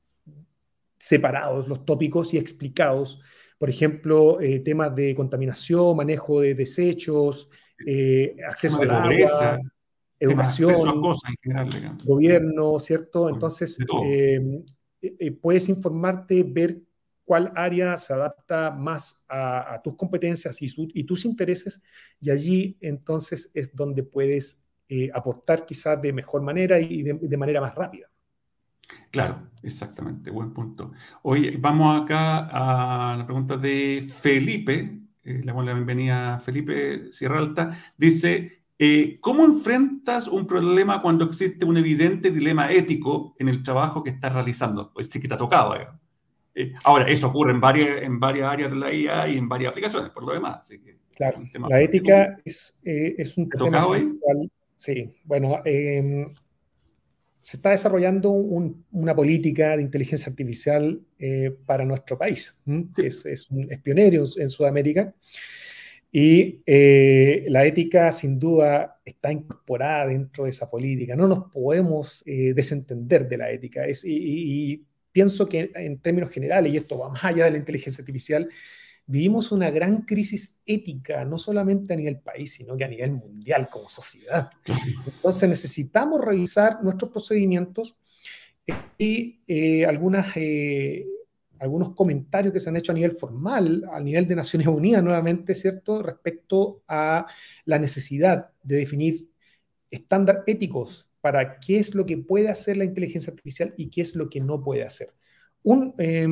separados los tópicos y explicados. Por ejemplo, eh, temas de contaminación, manejo de desechos, eh, Temas acceso de al pobreza, agua, temas de acceso a educación, cosas en general, digamos. gobierno, ¿cierto? De Entonces, todo. eh, eh, puedes informarte, ver cuál área se adapta más a, a tus competencias y, su, y, tus intereses, y allí entonces es donde puedes eh, aportar quizás de mejor manera y de, de manera más rápida. Claro, exactamente, buen punto. Oye, vamos acá a la pregunta de Felipe, eh, le damos la bienvenida a Felipe Sierra Alta. Dice, eh, ¿cómo enfrentas un problema cuando existe un evidente dilema ético en el trabajo que estás realizando? Pues sí que te ha tocado, digamos. Eh, ahora, eso ocurre en varias, en varias áreas de la I A y en varias aplicaciones, por lo demás. Así que es Claro, un tema la que tú ética es, eh, es te un ha tema tocado ahí. central. Sí, bueno, eh, se está desarrollando un, una política de inteligencia artificial eh, para nuestro país, ¿m? Sí, Es, es, un, es pionero en, en Sudamérica, y eh, la ética sin duda está incorporada dentro de esa política. No nos podemos eh, desentender de la ética. Es, y, y, y pienso que en términos generales, y esto va más allá de la inteligencia artificial, vivimos una gran crisis ética, no solamente a nivel país, sino que a nivel mundial como sociedad. Entonces necesitamos revisar nuestros procedimientos y eh, algunas, eh, algunos comentarios que se han hecho a nivel formal, a nivel de Naciones Unidas nuevamente, ¿cierto?, respecto a la necesidad de definir estándares éticos para qué es lo que puede hacer la inteligencia artificial y qué es lo que no puede hacer. Un, eh,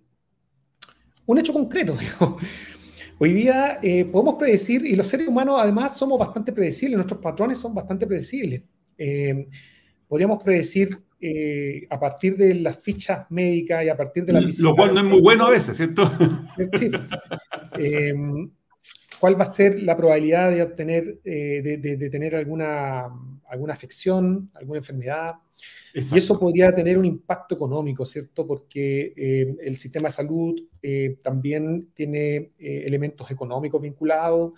un hecho concreto, digamos. Hoy día eh, podemos predecir, y los seres humanos además somos bastante predecibles, nuestros patrones son bastante predecibles. Eh, podríamos predecir eh, a partir de las fichas médicas y a partir de las Lo visitas cual al no es muy bueno a médico, veces, ¿cierto? sí, eh, cuál va a ser la probabilidad de obtener, eh, de, de, de, tener alguna, alguna afección, alguna enfermedad. Y eso Exacto. podría tener un impacto económico, ¿cierto? Porque eh, el sistema de salud eh, también tiene eh, elementos económicos vinculados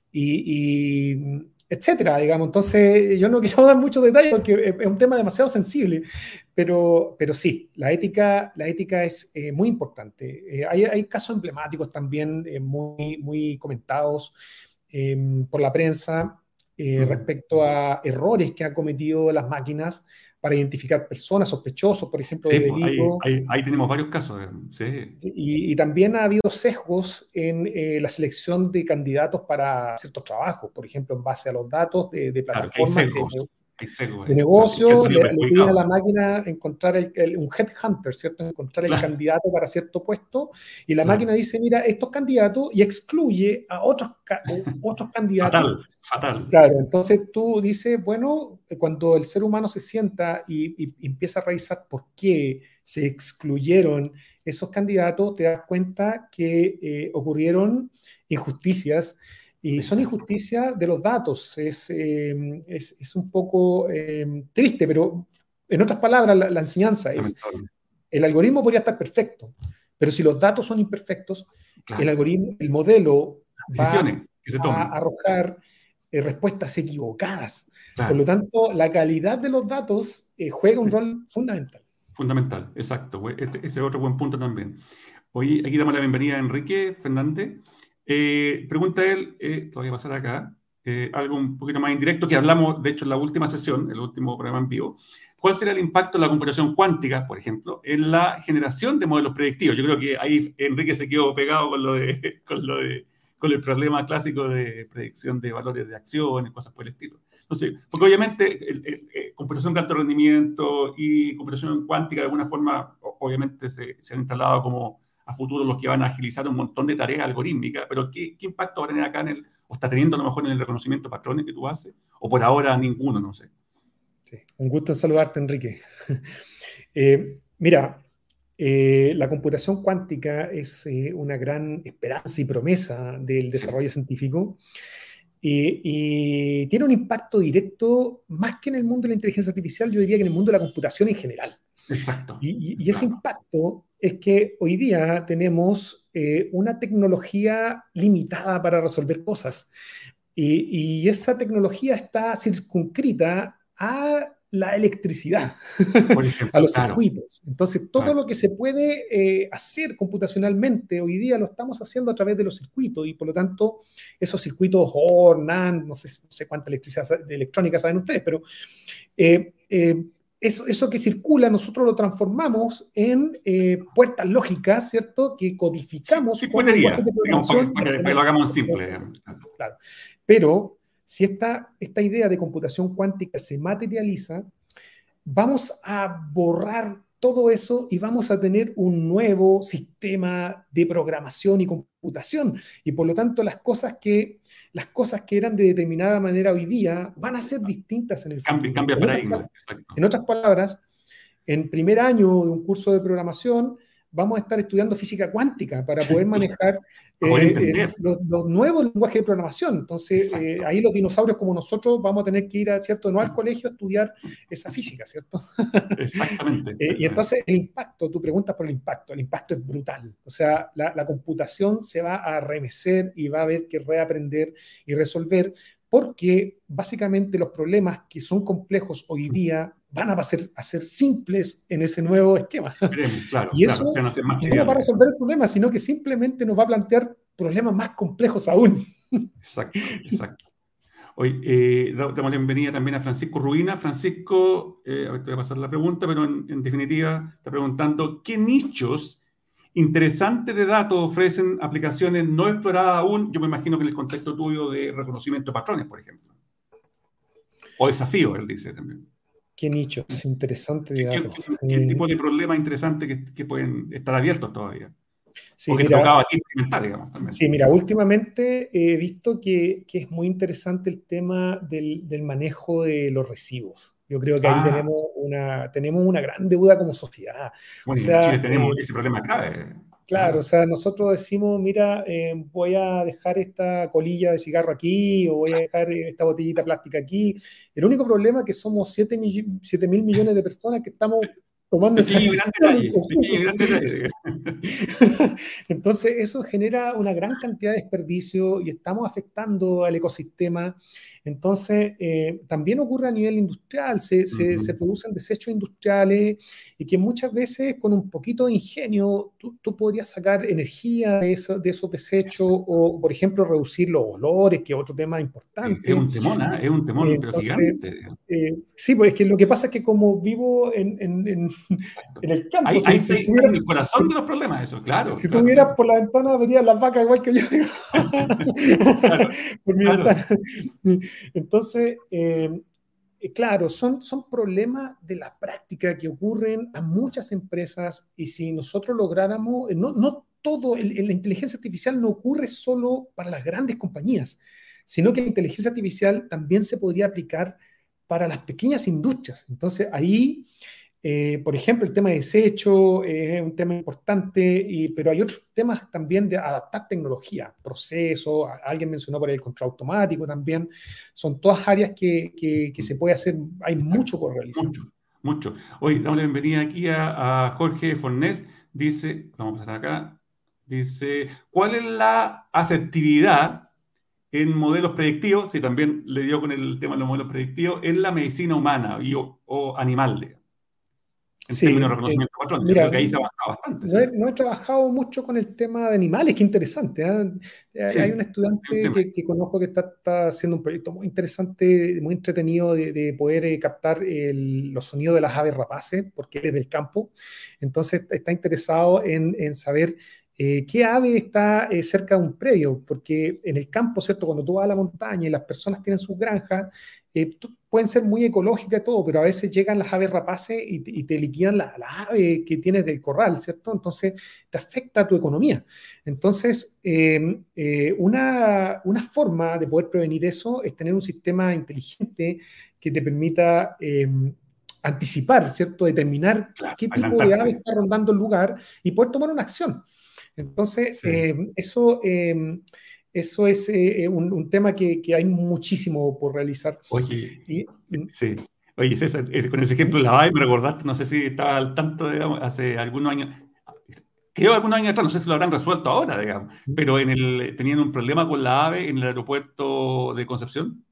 y, y etcétera, digamos. Entonces, yo no quiero dar muchos detalles porque es un tema demasiado sensible, pero, pero sí, la ética, la ética es eh, muy importante. Eh, hay, hay casos emblemáticos también eh, muy, muy comentados eh, por la prensa eh, Uh-huh. respecto a errores que han cometido las máquinas para identificar personas sospechosos, por ejemplo, Sí, de pues ahí, delito. ahí, ahí tenemos varios casos. Sí. Y, y también ha habido sesgos en eh, la selección de candidatos para ciertos trabajos, por ejemplo, en base a los datos de, de Claro, hay plataformas de, sesgos. Hay sesgos de ahí. Claro, y que han negocio, salido le, le piden a la perjudicados. máquina encontrar el, el, un headhunter, ¿cierto? Encontrar el Claro, candidato para cierto puesto, y la claro. máquina dice, mira, estos candidatos, y excluye a otros, otros candidatos. Fatal, fatal. Claro, entonces tú dices, bueno, cuando el ser humano se sienta y, y, y empieza a revisar por qué se excluyeron esos candidatos, te das cuenta que eh, ocurrieron injusticias Y son Exacto. injusticias de los datos. Es, eh, es, es un poco eh, triste, pero en otras palabras, la, la enseñanza es, Lamentable. el algoritmo podría estar perfecto, pero si los datos son imperfectos, el Claro. algoritmo, el modelo va Decisiones que se a tomen. arrojar eh, respuestas equivocadas. Por lo Claro. tanto, la calidad de los datos eh, juega un rol fundamental. Fundamental, exacto. Este, ese es otro buen punto también. Hoy aquí damos la bienvenida a Enrique Fernández. Eh, pregunta él, eh, te voy a pasar acá, eh, algo un poquito más indirecto que hablamos, de hecho, en la última sesión, el último programa en vivo. ¿Cuál será el impacto de la computación cuántica, por ejemplo, en la generación de modelos predictivos? Yo creo que ahí Enrique se quedó pegado con lo de, con lo de, con el problema clásico de predicción de valores de acciones, cosas por el estilo. No sé, porque obviamente el, el, el, computación de alto rendimiento y computación cuántica de alguna forma, obviamente se, se han instalado como a futuro los que van a agilizar un montón de tareas algorítmicas, pero ¿qué, qué impacto va a tener acá en el, o está teniendo a lo mejor en el reconocimiento de patrones que tú haces? O por ahora ninguno, no sé. Sí, un gusto en saludarte, Enrique. eh, mira, eh, la computación cuántica es eh, una gran esperanza y promesa del Sí, desarrollo científico y, y tiene un impacto directo, más que en el mundo de la inteligencia artificial, yo diría que en el mundo de la computación en general. exacto, Y, y, y ese claro. impacto es que hoy día tenemos eh, una tecnología limitada para resolver cosas. Y, y esa tecnología está circunscrita a la electricidad, Por a ejemplo, los claro, circuitos. Entonces, todo claro. lo que se puede eh, hacer computacionalmente hoy día lo estamos haciendo a través de los circuitos y por lo tanto esos circuitos O R, NAND, no sé, no sé cuánta electricidad, electrónica saben ustedes, pero eh, eh, eso, eso que circula nosotros lo transformamos en eh, puertas lógicas, ¿cierto? Que Sí, codificamos sí con lenguajes podría, de digamos, para que, programación y para que, para que hacemos... lo hagamos simple. Digamos. Claro. Pero si esta, esta idea de computación cuántica se materializa, vamos a borrar todo eso y vamos a tener un nuevo sistema de programación y computación. Y por lo tanto, las cosas que, las cosas que eran de determinada manera hoy día van a ser distintas en el Cambia, futuro. cambia En otras, paradigma, exacto. en otras palabras, en primer año de un curso de programación, vamos a estar estudiando física cuántica para poder manejar Para poder eh, eh, entender, los, los, nuevos lenguajes de programación. Entonces, eh, exacto. ahí los dinosaurios como nosotros vamos a tener que ir, a, ¿cierto? No al colegio a estudiar esa física, ¿cierto? Exactamente, eh, y exactamente. entonces el impacto, tú preguntas por el impacto, el impacto es brutal. O sea, la, la computación se va a remecer y va a haber que reaprender y resolver porque básicamente los problemas que son complejos hoy día van a ser, a ser simples en ese nuevo esquema. Esperemos, claro, Y claro, se eso van a hacer más no nos va a triviales. resolver el problema, sino que simplemente nos va a plantear problemas más complejos aún. Exacto, exacto. Hoy eh, damos la bienvenida también a Francisco Rubina. Francisco, eh, a ver, te voy a pasar la pregunta, pero en, en definitiva está preguntando ¿qué nichos interesantes de datos ofrecen aplicaciones no exploradas aún? Yo me imagino que en el contexto tuyo de reconocimiento de patrones, por ejemplo. O desafíos, él dice también. ¿Qué nichos interesantes de ¿Qué, qué, datos? qué, qué Eh, tipo de problemas interesantes que, que pueden estar abiertos todavía? O sí, que te mira, tocaba a ti experimentar, digamos, también. Sí, mira, últimamente he visto que, que es muy interesante el tema del, del manejo de los residuos. Yo creo que ahí Ah, tenemos una, tenemos una gran deuda como sociedad. O bueno, y en Chile sea, tenemos eh, ese problema grave. claro, o Claro. sea, nosotros decimos, mira, eh, voy a dejar esta colilla de cigarro aquí o voy a dejar esta botellita plástica aquí. El único problema es que somos siete mil millones de personas que estamos tomando esa Pequeño y gran decisión en detalle, pequeño y conjunto. gran detalle. Entonces, eso genera una gran cantidad de desperdicio y estamos afectando al ecosistema. Entonces, eh, también ocurre a nivel industrial, se, se, se, producen desechos industriales y que muchas veces con un poquito de ingenio tú, tú podrías sacar energía de, eso, de esos desechos o, por ejemplo, reducir los olores, que es otro tema Es importante. un temón, ¿eh? Es un temón, pero Entonces, gigante. eh, sí, pues es que lo que pasa es que como vivo en, en, en, en el campo, Ahí, si, ahí si, está, está estuviera, en el corazón de los problemas, eso, claro, si tú claro, vieras claro. por la ventana, verías las vacas igual que yo. Claro, Por mi claro. ventana. Entonces, eh, claro, son, son problemas de la práctica que ocurren a muchas empresas y si nosotros lográramos, no, no todo, el, la inteligencia artificial no ocurre solo para las grandes compañías, sino que la inteligencia artificial también se podría aplicar para las pequeñas industrias. Entonces, ahí Eh, por ejemplo, el tema de desecho eh, es un tema importante, y, pero hay otros temas también de adaptar tecnología, procesos, alguien mencionó por ahí el control automático también, son todas áreas que, que, que se puede hacer, hay Exacto, mucho por realizar. mucho, mucho. Hoy damos la bienvenida aquí a, a Jorge Fornés. Dice, vamos a pasar acá, dice, ¿cuál es la asertividad en modelos predictivos? Sí, también le dio con el tema de los modelos predictivos, en la medicina humana y, o, o animal, digamos, en términos de Sí, eh, reconocimiento de patrón. Yo creo mira, que ahí se ha avanzado bastante, no he, ¿cierto? no he trabajado mucho con el tema de animales, qué interesante. ¿eh? Hay hay un Sí, es un estudiante tema. que, que conozco que está, está haciendo un proyecto muy interesante, muy entretenido de, de poder eh, captar el- los sonidos de las aves rapaces, porque él es del campo. Entonces está interesado en, en saber eh, qué ave está eh, cerca de un predio, porque en el campo, ¿cierto? Cuando tú vas a la montaña y las personas tienen sus granjas, eh, tú- pueden ser muy ecológicas y todo, pero a veces llegan las aves rapaces y te, y te liquidan la, la ave que tienes del corral, ¿cierto? Entonces te afecta a tu economía. Entonces, eh, eh, una, una forma de poder prevenir eso es tener un sistema inteligente que te permita eh, anticipar, ¿cierto? Determinar qué, Claro, qué tipo de ave adelantarte. está rondando el lugar y poder tomar una acción. Entonces, Sí. eh, eso, eh, eso es eh, un, un, tema que, que, hay muchísimo por realizar. Oye, Y, sí. Oye, César, ese- con ese ejemplo de la V A I me recordaste, no sé si estaba al tanto, digamos, hace algunos años, creo algunos años atrás, no sé si lo habrán resuelto ahora, digamos, pero en el, tenían un problema con la AVE en el aeropuerto de Concepción.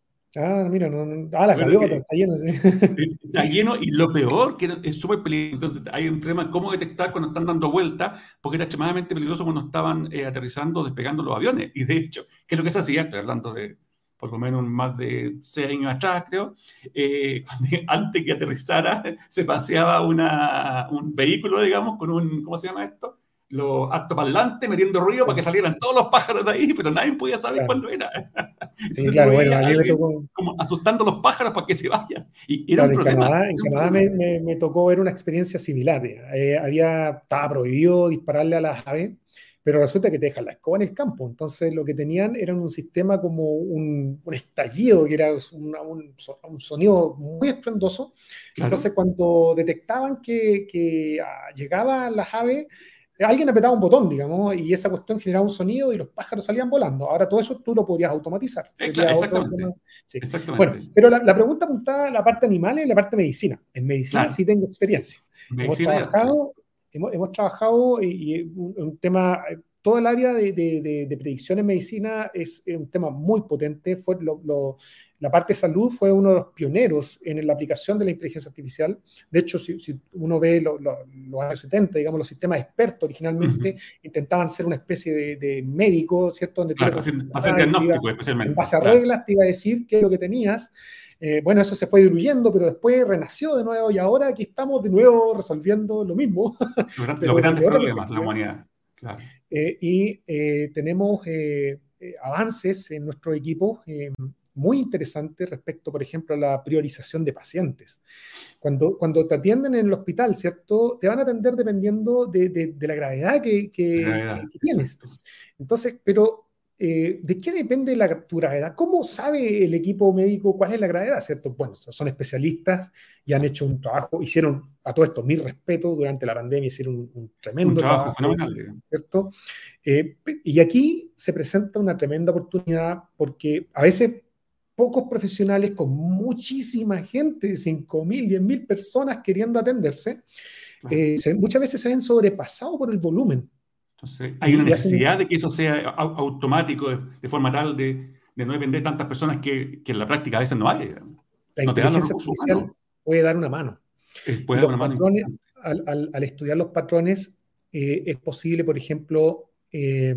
ah, mira, no, no, ah, las Bueno, gaviotas, que está lleno, sí. está lleno y lo peor, que es súper peligroso. Entonces, hay un problema de cómo detectar cuando están dando vueltas, porque era extremadamente peligroso cuando estaban eh, aterrizando, despegando los aviones. Y de hecho, ¿qué es lo que se hacía? Estoy hablando de por lo menos más de seis años atrás, creo. Eh, cuando, antes que aterrizara, se paseaba una, un vehículo, digamos, con un, ¿cómo se llama esto? Los altoparlantes metiendo ruido para que salieran todos los pájaros de ahí, pero nadie podía saber Claro. cuándo era. Sí, Entonces tú claro, bueno, veías a a mí me alguien tocó, como asustando a los pájaros para que se vayan. Y era un claro, en problema, Canadá, en era un Canadá problema. me, me, me tocó ver una experiencia similar. Eh, había, estaba prohibido dispararle a las aves, pero resulta que te dejan la escoba en el campo. Entonces lo que tenían era un sistema como un, un estallido, que era una- un, un sonido muy estruendoso. Entonces Claro, cuando detectaban que, que ah, llegaban las aves, alguien apretaba un botón, digamos, y esa cuestión generaba un sonido y los pájaros salían volando. Ahora todo eso tú lo podrías automatizar. eh, cla- Sería otro tema. exactamente, Sí. Bueno, exactamente. pero la, la pregunta apuntaba a la parte animal y la parte medicina. En medicina Claro, sí tengo experiencia. Hemos medicina ya, sí. trabajado, hemos, hemos trabajado y, y un, un tema, todo el área de, de, de, de predicción en medicina es un tema muy potente. Fue lo, lo, la parte de salud fue uno de los pioneros en la aplicación de la inteligencia artificial. De hecho, si, si uno ve lo, lo, los años setenta, digamos, los sistemas expertos originalmente Ujú. intentaban ser una especie de, de médico, ¿cierto? Donde tú le Claro, hacer, hacer consultabas y te iba, diagnóstico en especialmente, base a claro. reglas, te iba a decir qué es lo que tenías. Eh, bueno, eso se fue diluyendo, pero después renació de nuevo y ahora aquí estamos de nuevo resolviendo lo mismo, Los, gran- los pero grandes desde otra problemas de la perspectiva. humanidad, claro. Eh, y eh, tenemos eh, eh, avances en nuestro equipo eh, muy interesantes respecto, por ejemplo, a la priorización de pacientes. Cuando, cuando te atienden en el hospital, ¿cierto? Te van a atender dependiendo de, de, de la gravedad que, La que, gravedad, que, que tienes. exacto. Entonces, pero eh, ¿de qué depende la, tu gravedad? ¿Cómo sabe el equipo médico cuál es la gravedad, ¿cierto? Bueno, son especialistas y han hecho un trabajo, hicieron a todo esto mi respeto durante la pandemia, hicieron un, un Un tremendo trabajo trabajo, fenomenal, digamos. ¿cierto? Eh, y aquí se presenta una tremenda oportunidad porque a veces pocos profesionales con muchísima gente, cinco mil, diez mil personas queriendo atenderse, Claro. eh, se, muchas veces se ven sobrepasados por el volumen Entonces, hay una y, y hacen necesidad de que eso sea au- automático, de, de forma tal de, de no depender de tantas personas que, que en la práctica a veces no hay, digamos. la No te dan los inteligencia recursos humanos. artificial puede dar una mano. Eh, Y puede dar los una mano patrones, importante. al, al, al estudiar los patrones, eh, es posible, por ejemplo, eh,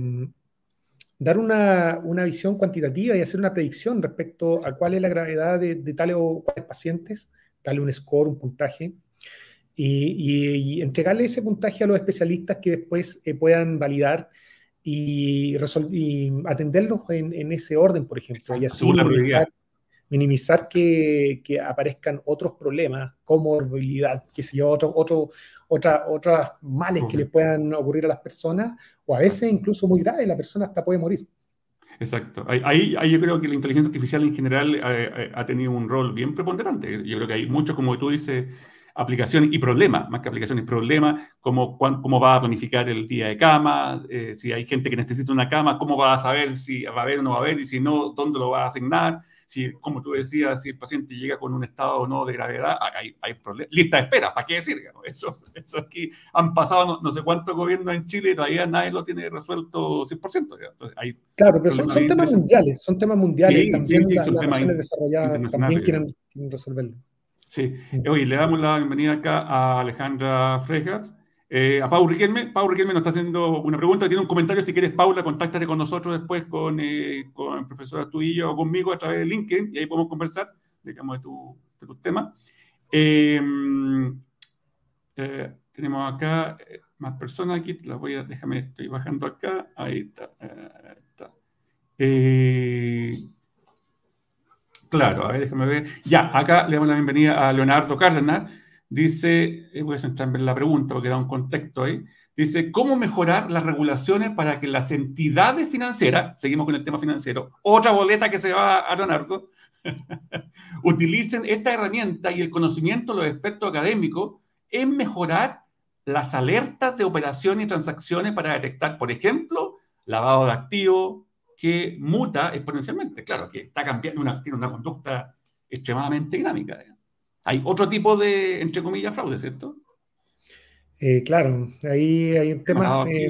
dar una, una, visión cuantitativa y hacer una predicción respecto a cuál es la gravedad de, de tales o cuáles pacientes, darle un score, un puntaje, y, y, y entregarle ese puntaje a los especialistas que después eh, puedan validar y, y atenderlos en, en, ese orden, por ejemplo, y Exacto, así según la minimizar prioridad. minimizar que, que, aparezcan otros problemas, comorbilidad, qué sé yo, otro, otro, otra, otros males que le Correcto. puedan ocurrir a las personas, o a veces Exacto. incluso muy grave, la persona hasta puede morir. Exacto. Ahí, ahí, ahí yo creo que la inteligencia artificial en general eh, eh, ha tenido un rol bien preponderante. Yo creo que hay muchos, como tú dices, aplicaciones y problemas, más que aplicaciones, problemas, como cuán, cómo va a planificar el día de cama, eh, si hay gente que necesita una cama, cómo va a saber si va a haber o no va a haber, y si no, dónde lo va a asignar, si, como tú decías, si el paciente llega con un estado o no de gravedad, hay, hay problemas. Lista de espera, ¿para qué decir? Eso, eso aquí han pasado no, no sé cuántos gobiernos en Chile y todavía nadie lo tiene resuelto cien por ciento. Entonces, hay claro, pero son, son temas mundiales, son temas mundiales, sí, y también sí, sí, la, son las temas naciones desarrolladas también quieren, quieren resolverlo. Sí, hoy le damos la bienvenida acá a Alejandra Frejas, eh, a Pau Riquelme. Pau Riquelme nos está haciendo una pregunta, tiene un comentario. Si quieres, Paula, contáctate con nosotros después, con, eh, con el profesor Astudillo o conmigo a través de LinkedIn, y ahí podemos conversar, digamos, de, tu, de tus temas. Eh, eh, tenemos acá eh, más personas aquí, las voy a, déjame, estoy bajando acá, ahí está. Eh, está. Eh, Claro, a ver, déjame ver. Ya, acá le damos la bienvenida a Leonardo Cárdenas. Dice, eh, voy a centrarme en la pregunta porque da un contexto ahí. Dice, ¿cómo mejorar las regulaciones para que las entidades financieras, seguimos con el tema financiero, otra boleta que se va a Leonardo, utilicen esta herramienta y el conocimiento de los expertos académicos en mejorar las alertas de operaciones y transacciones para detectar, por ejemplo, lavado de activos, que muta exponencialmente? Claro, que está cambiando, una, tiene una conducta extremadamente dinámica. ¿eh? Hay otro tipo de, entre comillas, fraude, ¿cierto? Eh, claro, ahí hay un tema, eh,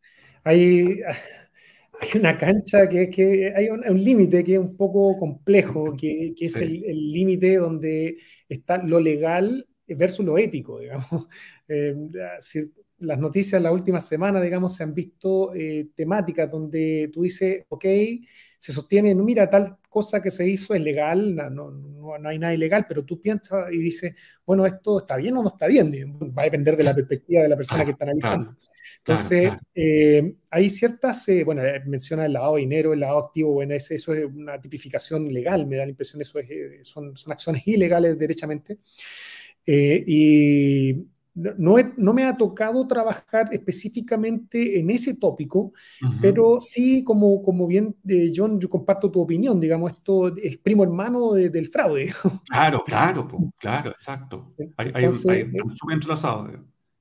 hay, hay una cancha que, que hay un, un límite que es un poco complejo, que, que es sí. el límite donde está lo legal versus lo ético, digamos. Eh, si, las noticias las últimas semanas, digamos, se han visto eh, temáticas donde tú dices, ok, se sostiene, no, mira, tal cosa que se hizo es legal, no, no, no hay nada ilegal, pero tú piensas y dices, bueno, ¿esto está bien o no está bien? Va a depender de la perspectiva de la persona que está analizando. Entonces, claro, claro. Eh, hay ciertas, eh, bueno, menciona el lavado de dinero, el lavado activo, bueno, ese, eso es una tipificación legal, me da la impresión, eso es, son, son acciones ilegales derechamente. Eh, y No, he, no me ha tocado trabajar específicamente en ese tópico, uh-huh. pero sí, como, como bien, eh, John, yo comparto tu opinión, digamos, esto es primo hermano de, del fraude. Claro, claro, pues, claro, exacto. Hay, Entonces, hay, hay un súper entrelazado.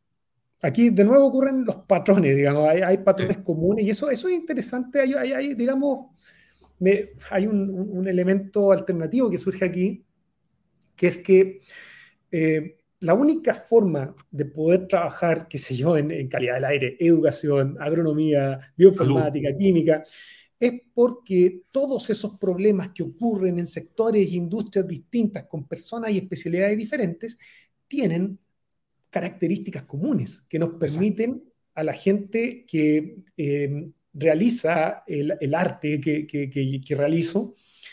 Aquí de nuevo ocurren los patrones, digamos, hay, hay patrones sí. comunes, y eso, eso es interesante. Hay, hay, hay digamos, me, hay un, un, un elemento alternativo que surge aquí, que es que eh, la única forma de poder trabajar, qué sé yo, en, en calidad del aire, educación, agronomía, bioinformática, Salud. química, es porque todos esos problemas que ocurren en sectores y industrias distintas, con personas y especialidades diferentes, tienen características comunes que nos permiten Exacto. a la gente que eh, realiza el, el arte que, que, que, que realizo,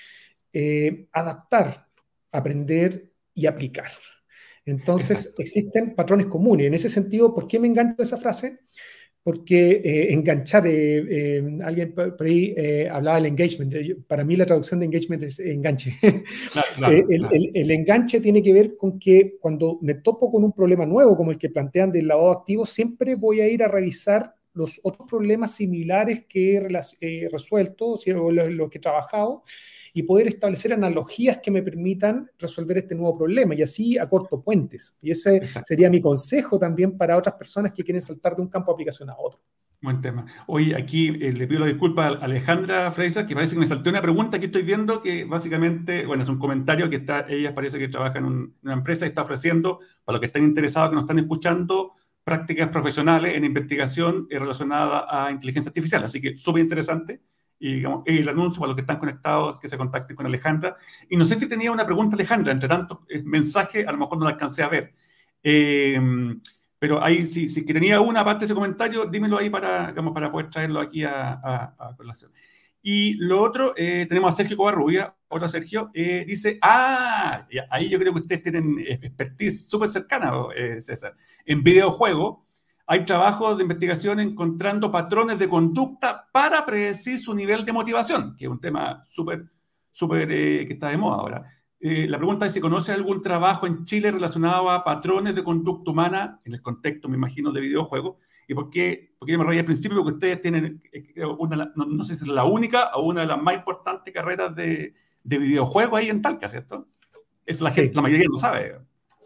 eh, adaptar, aprender y aplicar. Entonces, Exacto. existen patrones comunes. En ese sentido, ¿por qué me engancho a esa frase? Porque eh, enganchar, eh, eh, alguien por ahí eh, hablaba del engagement. Para mí la traducción de engagement es enganche. Claro, claro, el, claro. El, el enganche tiene que ver con que cuando me topo con un problema nuevo, como el que plantean del lavado activo, siempre voy a ir a revisar los otros problemas similares que he eh, resuelto, o los lo que he trabajado, y poder establecer analogías que me permitan resolver este nuevo problema, y así acorto puentes. Y ese Exacto. sería mi consejo también para otras personas que quieren saltar de un campo de aplicación a otro. Buen tema. Hoy aquí eh, le pido la disculpa a Alejandra Freisa, que parece que me saltó una pregunta que estoy viendo, que básicamente, bueno, es un comentario que está, ella parece que trabaja en un, una empresa y está ofreciendo, para los que están interesados, que nos están escuchando, prácticas profesionales en investigación eh, relacionada a inteligencia artificial. Así que súper interesante. Y digamos, el anuncio para los que están conectados, que se contacten con Alejandra. Y no sé si tenía una pregunta, Alejandra, entre tantos eh, mensajes, a lo mejor no la alcancé a ver. Eh, pero ahí, si, si tenía una parte de ese comentario, dímelo ahí para, digamos, para poder traerlo aquí a, a, a colación. Y lo otro, eh, tenemos a Sergio Covarrubia. Hola, Sergio. Eh, dice, ah, ahí yo creo que ustedes tienen expertise súper cercana, eh, César. En videojuegos, hay trabajos de investigación encontrando patrones de conducta para predecir su nivel de motivación, que es un tema súper, súper eh, que está de moda ahora. Eh, la pregunta es si conoce algún trabajo en Chile relacionado a patrones de conducta humana, en el contexto, me imagino, de videojuegos. ¿Y por qué? Porque yo me reí al principio, porque ustedes tienen, una, no, no sé si es la única o una de las más importantes carreras de, de videojuegos ahí en Talca, ¿cierto? Es la, sí. gente, la mayoría no sabe.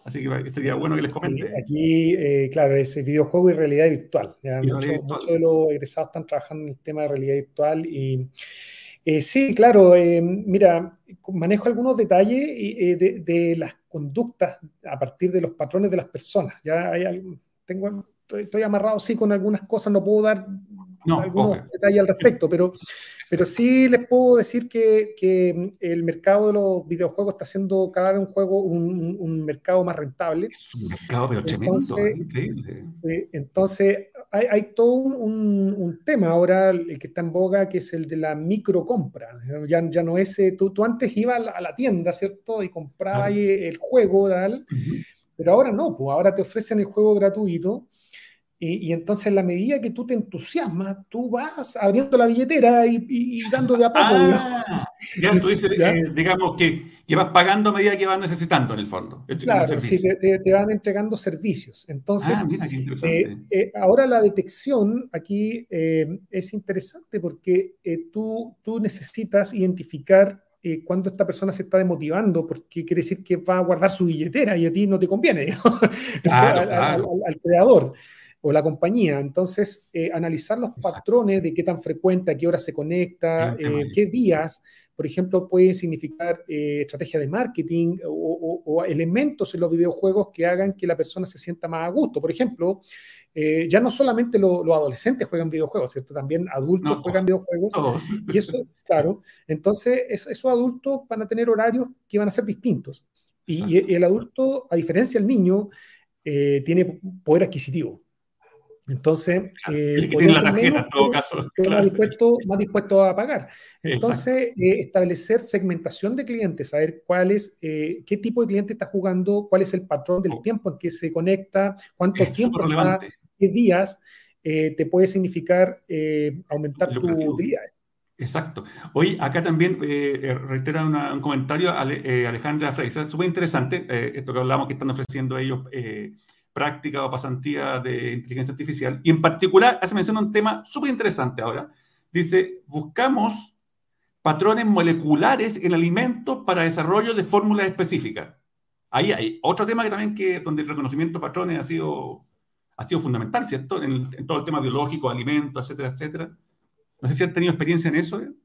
así que sería bueno que les Sí, comente. aquí, eh, claro, es videojuego y realidad virtual. ¿Ya? Y Muchos realidad muchos virtual. de los egresados están trabajando en el tema de realidad virtual y eh, sí, claro, eh, mira, manejo algunos detalles y, eh, de, de las conductas a partir de los patrones de las personas. Ya hay algo- tengo, estoy, estoy amarrado sí con algunas cosas, no puedo dar No, algunos obvio. detalles al respecto, pero pero Exacto. sí les puedo decir que, que el mercado de los videojuegos está siendo cada vez un juego, un, un mercado más rentable. Es un mercado, pero tremendo, Entonces, ¿eh? Increíble. eh, entonces hay, hay todo un, un, un tema ahora, el que está en boga, que es el de la microcompra. Ya, ya no es, eh, tú, tú antes ibas a la, a la tienda, ¿cierto? Y comprabas Claro. ahí el juego, tal, Ujú. pero ahora no, pues ahora te ofrecen el juego gratuito y, y entonces, en la medida que tú te entusiasmas, tú vas abriendo la billetera y, y- y dando de a poco, digamos. Ah, ya tú dices, ¿Ya? eh, digamos que, que vas pagando a medida que vas necesitando en el fondo, es como un Claro, sí, servicio. te, te- te van entregando servicios. Ah, Entonces, mira, qué eh, interesante. eh, ahora la detección aquí eh, es interesante porque eh, tú, tú necesitas identificar eh, cuándo esta persona se está demotivando, porque quiere decir que va a guardar su billetera y a ti no te conviene, digamos, el te- Claro, al, al- al- claro. al creador o la compañía. Entonces, eh, analizar los Exacto. patrones de qué tan frecuente, a qué hora se Hay conecta, un tema eh, ahí. qué días, por ejemplo, puede significar eh, estrategia de marketing o, o- o elementos en los videojuegos que hagan que la persona se sienta más a gusto. Por ejemplo, eh, ya no solamente lo- los adolescentes juegan videojuegos, ¿cierto? También adultos No, juegan videojuegos. todos. Y eso, claro, entonces es- esos adultos van a tener horarios que van a ser distintos. Y, Exacto. y el adulto, a diferencia del niño, eh, tiene poder adquisitivo. Entonces, Claro. El eh, que tiene podrían la ser tarjeta, menos, en todo pero, caso. pero más Claro. dispuestos más dispuesto a pagar. Exacto. Entonces, eh, establecer segmentación de clientes, saber cuál es, eh, qué tipo de cliente está jugando, cuál es el patrón del Oh, tiempo en que se conecta, cuánto es súper tiempo está, relevante. qué días, eh, te puede significar eh, aumentar tu Lucrativo. utilidad. Exacto. Hoy acá también eh, eh, reitera una- un comentario Ale- eh, Alejandra Freixa, súper interesante, eh, esto que hablamos que están ofreciendo ellos eh, práctica o pasantía de inteligencia artificial, y en particular hace mención a un tema súper interesante ahora. Dice, buscamos patrones moleculares en alimentos para desarrollo de fórmulas específicas. Ahí hay otro tema que también que, donde el reconocimiento de patrones ha sido, ha sido fundamental, ¿cierto? En, en todo el tema biológico, alimentos, etcétera, etcétera. No sé si han tenido experiencia en eso. ¿Eh?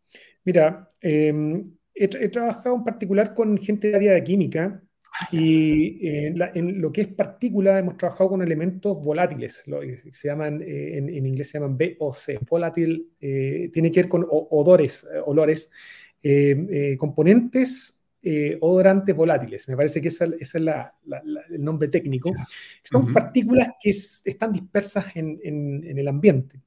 Mira, eh, he, he trabajado en particular con gente de área de química y eh, la- en lo que es partícula hemos trabajado con elementos volátiles, lo que se llaman, eh, en, en inglés se llaman V O C, volátil, eh, tiene que ver con o- odores, eh, olores, eh, eh, componentes eh, odorantes volátiles. Me parece que ese esa es la- la- la- el nombre técnico. Ya. Son Ujú. partículas que es- están dispersas en en- en el ambiente.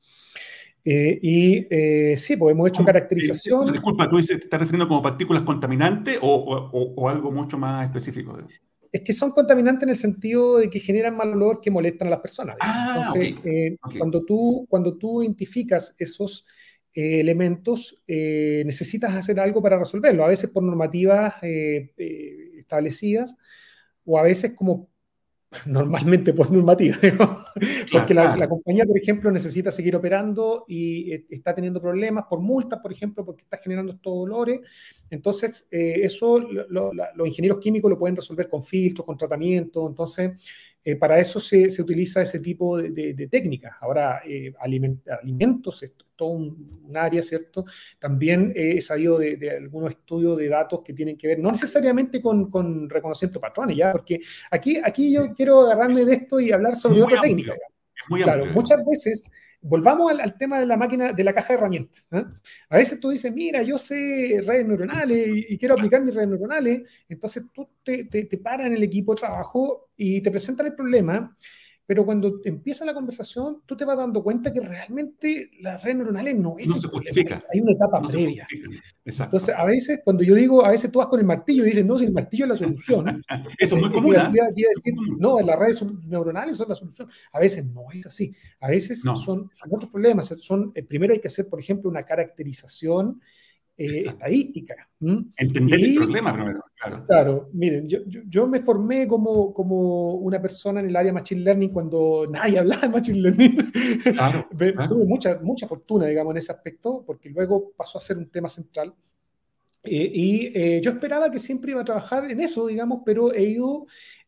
Eh, y eh, sí, pues hemos hecho ¿Cómo? Eh, o sea, caracterización. disculpa, ¿tú dices, te estás refiriendo como partículas contaminantes o, o- o- o algo mucho más específico? Es que son contaminantes en el sentido de que generan mal olor que molestan a las personas, digamos. Ah, ok. Entonces, eh, Ok. cuando tú, cuando tú identificas esos eh, elementos, eh, necesitas hacer algo para resolverlo, a veces por normativas eh, eh, establecidas o a veces como normalmente por normativa, ¿no? Claro, Porque la, la, claro. compañía, por ejemplo, necesita seguir operando y eh, está teniendo problemas por multas, por ejemplo, porque está generando estos dolores. Entonces, eh, eso lo, lo, la, los ingenieros químicos lo pueden resolver con filtros, con tratamiento. Entonces, eh, para eso se, se, utiliza ese tipo de, de, de técnicas. Ahora, eh, aliment, alimentos, esto es todo un, un área, ¿cierto? También eh, he sabido de, de algunos estudios de datos que tienen que ver, no necesariamente con, con reconocimiento de patrones, ¿ya? Porque aquí, aquí Sí. yo quiero agarrarme de esto y hablar Es sobre muy otra técnica. amplio. Es muy Claro, amplio. muchas veces, volvamos al, al tema de la máquina, de la caja de herramientas. ¿eh? A veces tú dices, mira, yo sé redes neuronales y, y quiero aplicar mis redes neuronales. Entonces tú te, te, te paras en el equipo de trabajo y te presentan el problema. Pero cuando empieza la conversación, tú te vas dando cuenta que realmente las redes neuronales no es No el se problema. justifica. Hay una etapa No se previa. justifica. Entonces, Exacto. a veces, cuando yo digo, a veces tú vas con el martillo y dices, no, si el martillo es la solución, Eso es entonces muy eh, yo, común, yo ¿eh? iba a Es muy decir, común. no, las redes neuronales son la solución. A veces no es así. A veces No. son, son otros problemas. Son, eh, primero hay que hacer, por ejemplo, una caracterización eh, Exacto. estadística. ¿m? Entender el Y problema primero, claro. claro, miren, yo, yo, yo, me formé como, como una persona en el área Machine Learning cuando nadie hablaba de Machine Learning. Claro, Tuve claro. mucha, mucha fortuna, digamos, en ese aspecto, porque luego pasó a ser un tema central. Eh, y eh, yo esperaba que siempre iba a trabajar en eso, digamos, pero he ido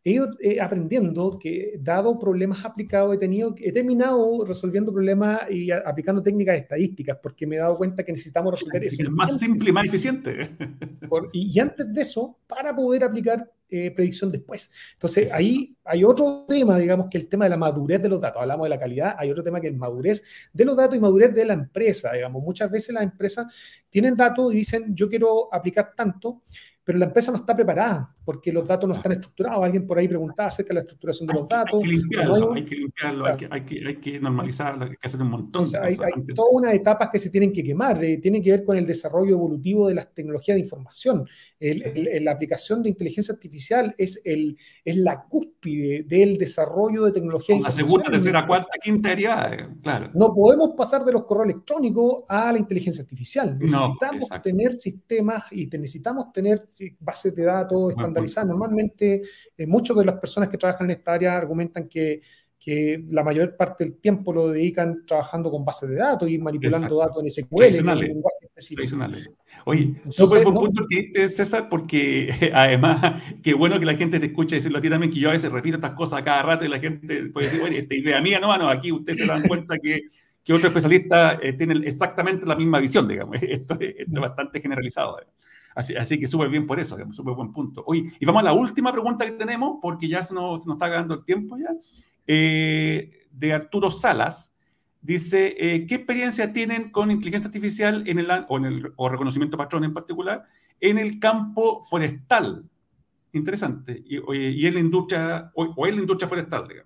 he ido eh, aprendiendo que, dado problemas aplicados, he, tenido, he terminado resolviendo problemas y a, aplicando técnicas estadísticas, porque me he dado cuenta que necesitamos resolver eso. Es más simple y más eficiente. Por, y, y antes de eso, para poder aplicar eh, predicción después. Entonces, exacto, ahí hay otro tema, digamos, que el tema de la madurez de los datos. Hablamos de la calidad, hay otro tema que es madurez de los datos y madurez de la empresa, digamos. Muchas veces las empresas tienen datos y dicen, yo quiero aplicar tanto, pero la empresa no está preparada porque los datos no están estructurados. Alguien por ahí preguntaba acerca de la estructuración de los datos. Hay que limpiarlo, no hay, hay que limpiarlo, hay que, hay que, hay que normalizarlo, hay que hacer un montón de hay, cosas. Hay todas unas etapas que se tienen que quemar, eh, tienen que ver con el desarrollo evolutivo de las tecnologías de información. El, sí. el, la aplicación de inteligencia artificial es, el, es la cúspide del desarrollo de tecnología de la información. segunda, tercera, cuarta, quinta herida, claro. No podemos pasar de los correos electrónicos a la inteligencia artificial. Necesitamos no, tener sistemas y te, necesitamos tener bases de datos estandarizadas. Normalmente, eh, muchas de las personas que trabajan en esta área argumentan que, que la mayor parte del tiempo lo dedican trabajando con bases de datos y manipulando Exacto. datos en ese cu ele, en un lenguaje específico. Oye, súper buen no, punto que diste, César, porque eh, además, qué bueno que la gente te escucha decirlo a ti también, que yo a veces repito estas cosas a cada rato y la gente puede decir, oye, esta idea mía, no, no, aquí ustedes se dan cuenta que, que otro especialista eh, tiene exactamente la misma visión, digamos. Esto, esto es bastante generalizado. Digamos. Así, así que súper bien por eso, súper buen punto. Oye, y vamos a la última pregunta que tenemos, porque ya se nos, se nos está acabando el tiempo ya, eh, de Arturo Salas. Dice, eh, ¿qué experiencia tienen con inteligencia artificial en el, o, en el, o reconocimiento de patrones en particular en el campo forestal? Interesante. Y, y en la industria, o, o en la industria forestal, digamos.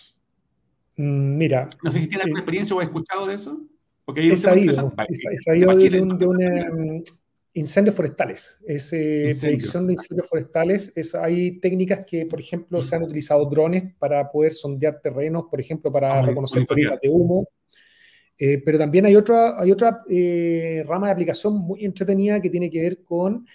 Mira. No sé si tiene alguna eh, experiencia o has escuchado de eso. Porque hay un he sabido, he sabido de, un, de una... Incendios forestales, es eh, predicción de incendios forestales. Es, hay técnicas que, por ejemplo, se han utilizado drones para poder sondear terrenos, por ejemplo, para oh, reconocer colillas de humo. Eh, pero también hay otra, hay otra eh, rama de aplicación muy entretenida que tiene que ver con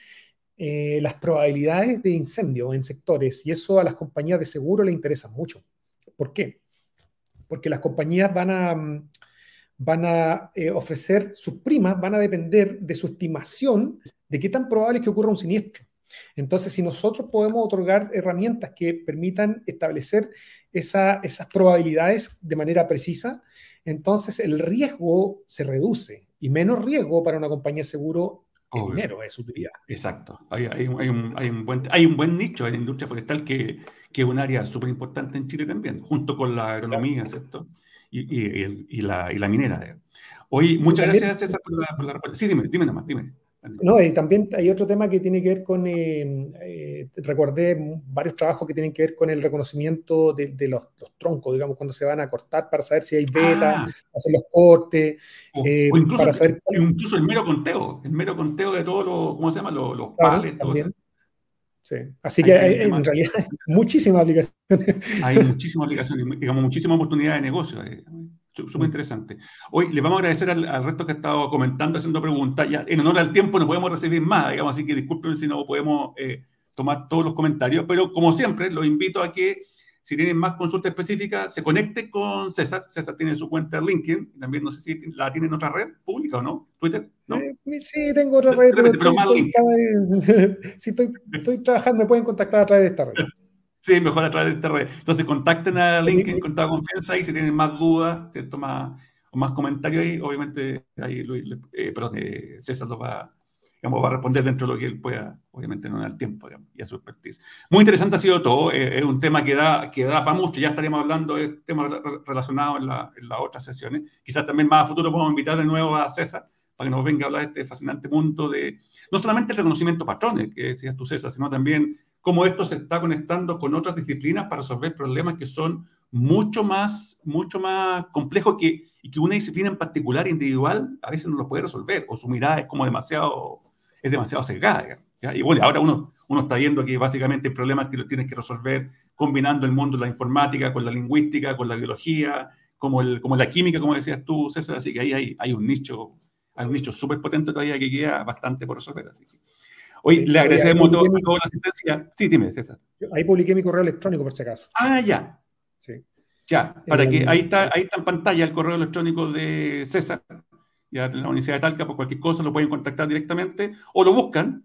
eh, las probabilidades de incendio en sectores. Y eso a las compañías de seguro les interesa mucho. ¿Por qué? Porque las compañías van a... van a eh, ofrecer, sus primas van a depender de su estimación de qué tan probable es que ocurra un siniestro. Entonces, si nosotros podemos otorgar herramientas que permitan establecer esa, esas probabilidades de manera precisa, entonces el riesgo se reduce y menos riesgo para una compañía de seguro es Obvio. Dinero, es utilidad. Exacto. Hay, hay, hay, un, hay, un buen, hay un buen nicho en la industria forestal que, que es un área súper importante en Chile también, junto con la agronomía, ¿cierto? Y, y, y, y, la, y la minera. Oye, muchas también, gracias, César, por la, por la respuesta. Sí, dime, dime nomás, dime. No, y también hay otro tema que tiene que ver con, eh, eh, recordé varios trabajos que tienen que ver con el reconocimiento de, de los, los troncos, digamos, cuando se van a cortar para saber si hay beta, ah, hacer los cortes. O, eh, o incluso, para saber incluso el mero conteo, el mero conteo de todos los, ¿cómo se llama? Los, los claro, palets. También. Sí. Así que hay, hay, en realidad hay muchísimas aplicaciones. Hay muchísimas aplicaciones, digamos, muchísimas oportunidades de negocio. Eh. Súper interesante. Hoy le vamos a agradecer al, al resto que ha estado comentando, haciendo preguntas. Ya en honor al tiempo no podemos recibir más, digamos, así que disculpen si no podemos eh, tomar todos los comentarios, pero como siempre, los invito a que si tienen más consultas específicas, se conecten con César. César tiene su cuenta LinkedIn, también no sé si la tiene en otra red pública o no, Twitter, ¿no? Eh, sí, tengo otra red, pero, pero, pero estoy, estoy, si estoy, estoy trabajando, me pueden contactar a través de esta red. Sí, mejor a través de esta red. Entonces, contacten a LinkedIn con toda confianza y si tienen más dudas, ¿cierto? Más, o más comentarios ahí, obviamente, ahí Luis, eh, perdón, eh, César los va, digamos, va a responder dentro de lo que él pueda, obviamente, no en el tiempo, digamos, y a su expertise. Muy interesante ha sido todo. Eh, es un tema que da, que da para mucho. Ya estaremos hablando de temas relacionados en, la, en las otras sesiones. Quizás también más a futuro podemos invitar de nuevo a César para que nos venga a hablar de este fascinante mundo de, no solamente el reconocimiento de patrones, que decías tú, César, sino también cómo esto se está conectando con otras disciplinas para resolver problemas que son mucho más, mucho más complejos que, y que una disciplina en particular, individual, a veces no lo puede resolver, o su mirada es como demasiado, es demasiado sesgada. ¿ya? Y bueno, ahora uno, uno está viendo que básicamente hay problemas que lo tienes que resolver combinando el mundo de la informática con la lingüística, con la biología, como, el, como la química, como decías tú, César, así que ahí hay, hay un nicho, hay un nicho súper potente todavía que queda bastante por resolver, así que Hoy sí, le agradecemos toda la asistencia. Sí, dime, César. Ahí publiqué mi correo electrónico, por si acaso. Ah, ya. Sí. Ya, para eh, que ahí está, sí. ahí está en pantalla el correo electrónico de César, ya de la Universidad de Talca, por cualquier cosa lo pueden contactar directamente, o lo buscan,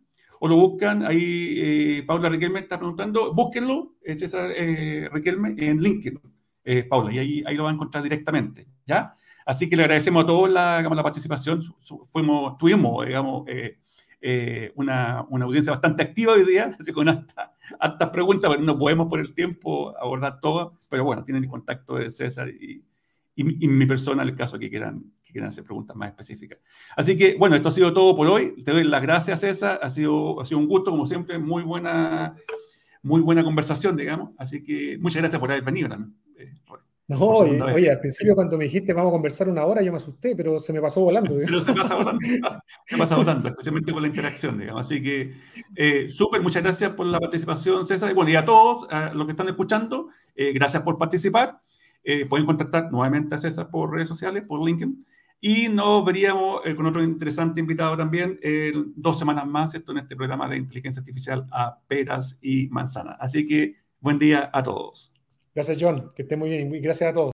o lo buscan, ahí eh, Paula Riquelme está preguntando, búsquenlo, eh, César eh, Riquelme, en LinkedIn, eh, Paula, y ahí, ahí lo van a encontrar directamente, ¿ya? Así que le agradecemos a todos la, digamos, la participación, fuimos, tuvimos, digamos, eh, eh, una, una audiencia bastante activa hoy día, así con hasta, hartas preguntas, pero no podemos por el tiempo abordar todas, pero bueno, tienen el contacto de César y, y, y mi persona en el caso que quieran, que quieran hacer preguntas más específicas. Así que, bueno, esto ha sido todo por hoy. Te doy las gracias, César. Ha sido, ha sido un gusto, como siempre, muy buena, muy buena conversación, digamos. Así que muchas gracias por haber venido también. Eh, No, por segunda oye, vez. oye, al principio cuando me dijiste vamos a conversar una hora, yo me asusté, pero se me pasó volando. Pero se pasa volando, se pasa volando, especialmente con la interacción, digamos. Así que, eh, súper, muchas gracias por la participación, César. Y bueno, y a todos a los que están escuchando, eh, gracias por participar. Eh, pueden contactar nuevamente a César por redes sociales, por LinkedIn. Y nos veríamos eh, con otro interesante invitado también eh, dos semanas más, esto en este programa de inteligencia artificial a peras y manzanas. Así que, buen día a todos. Gracias, John, que esté muy bien y gracias a todos.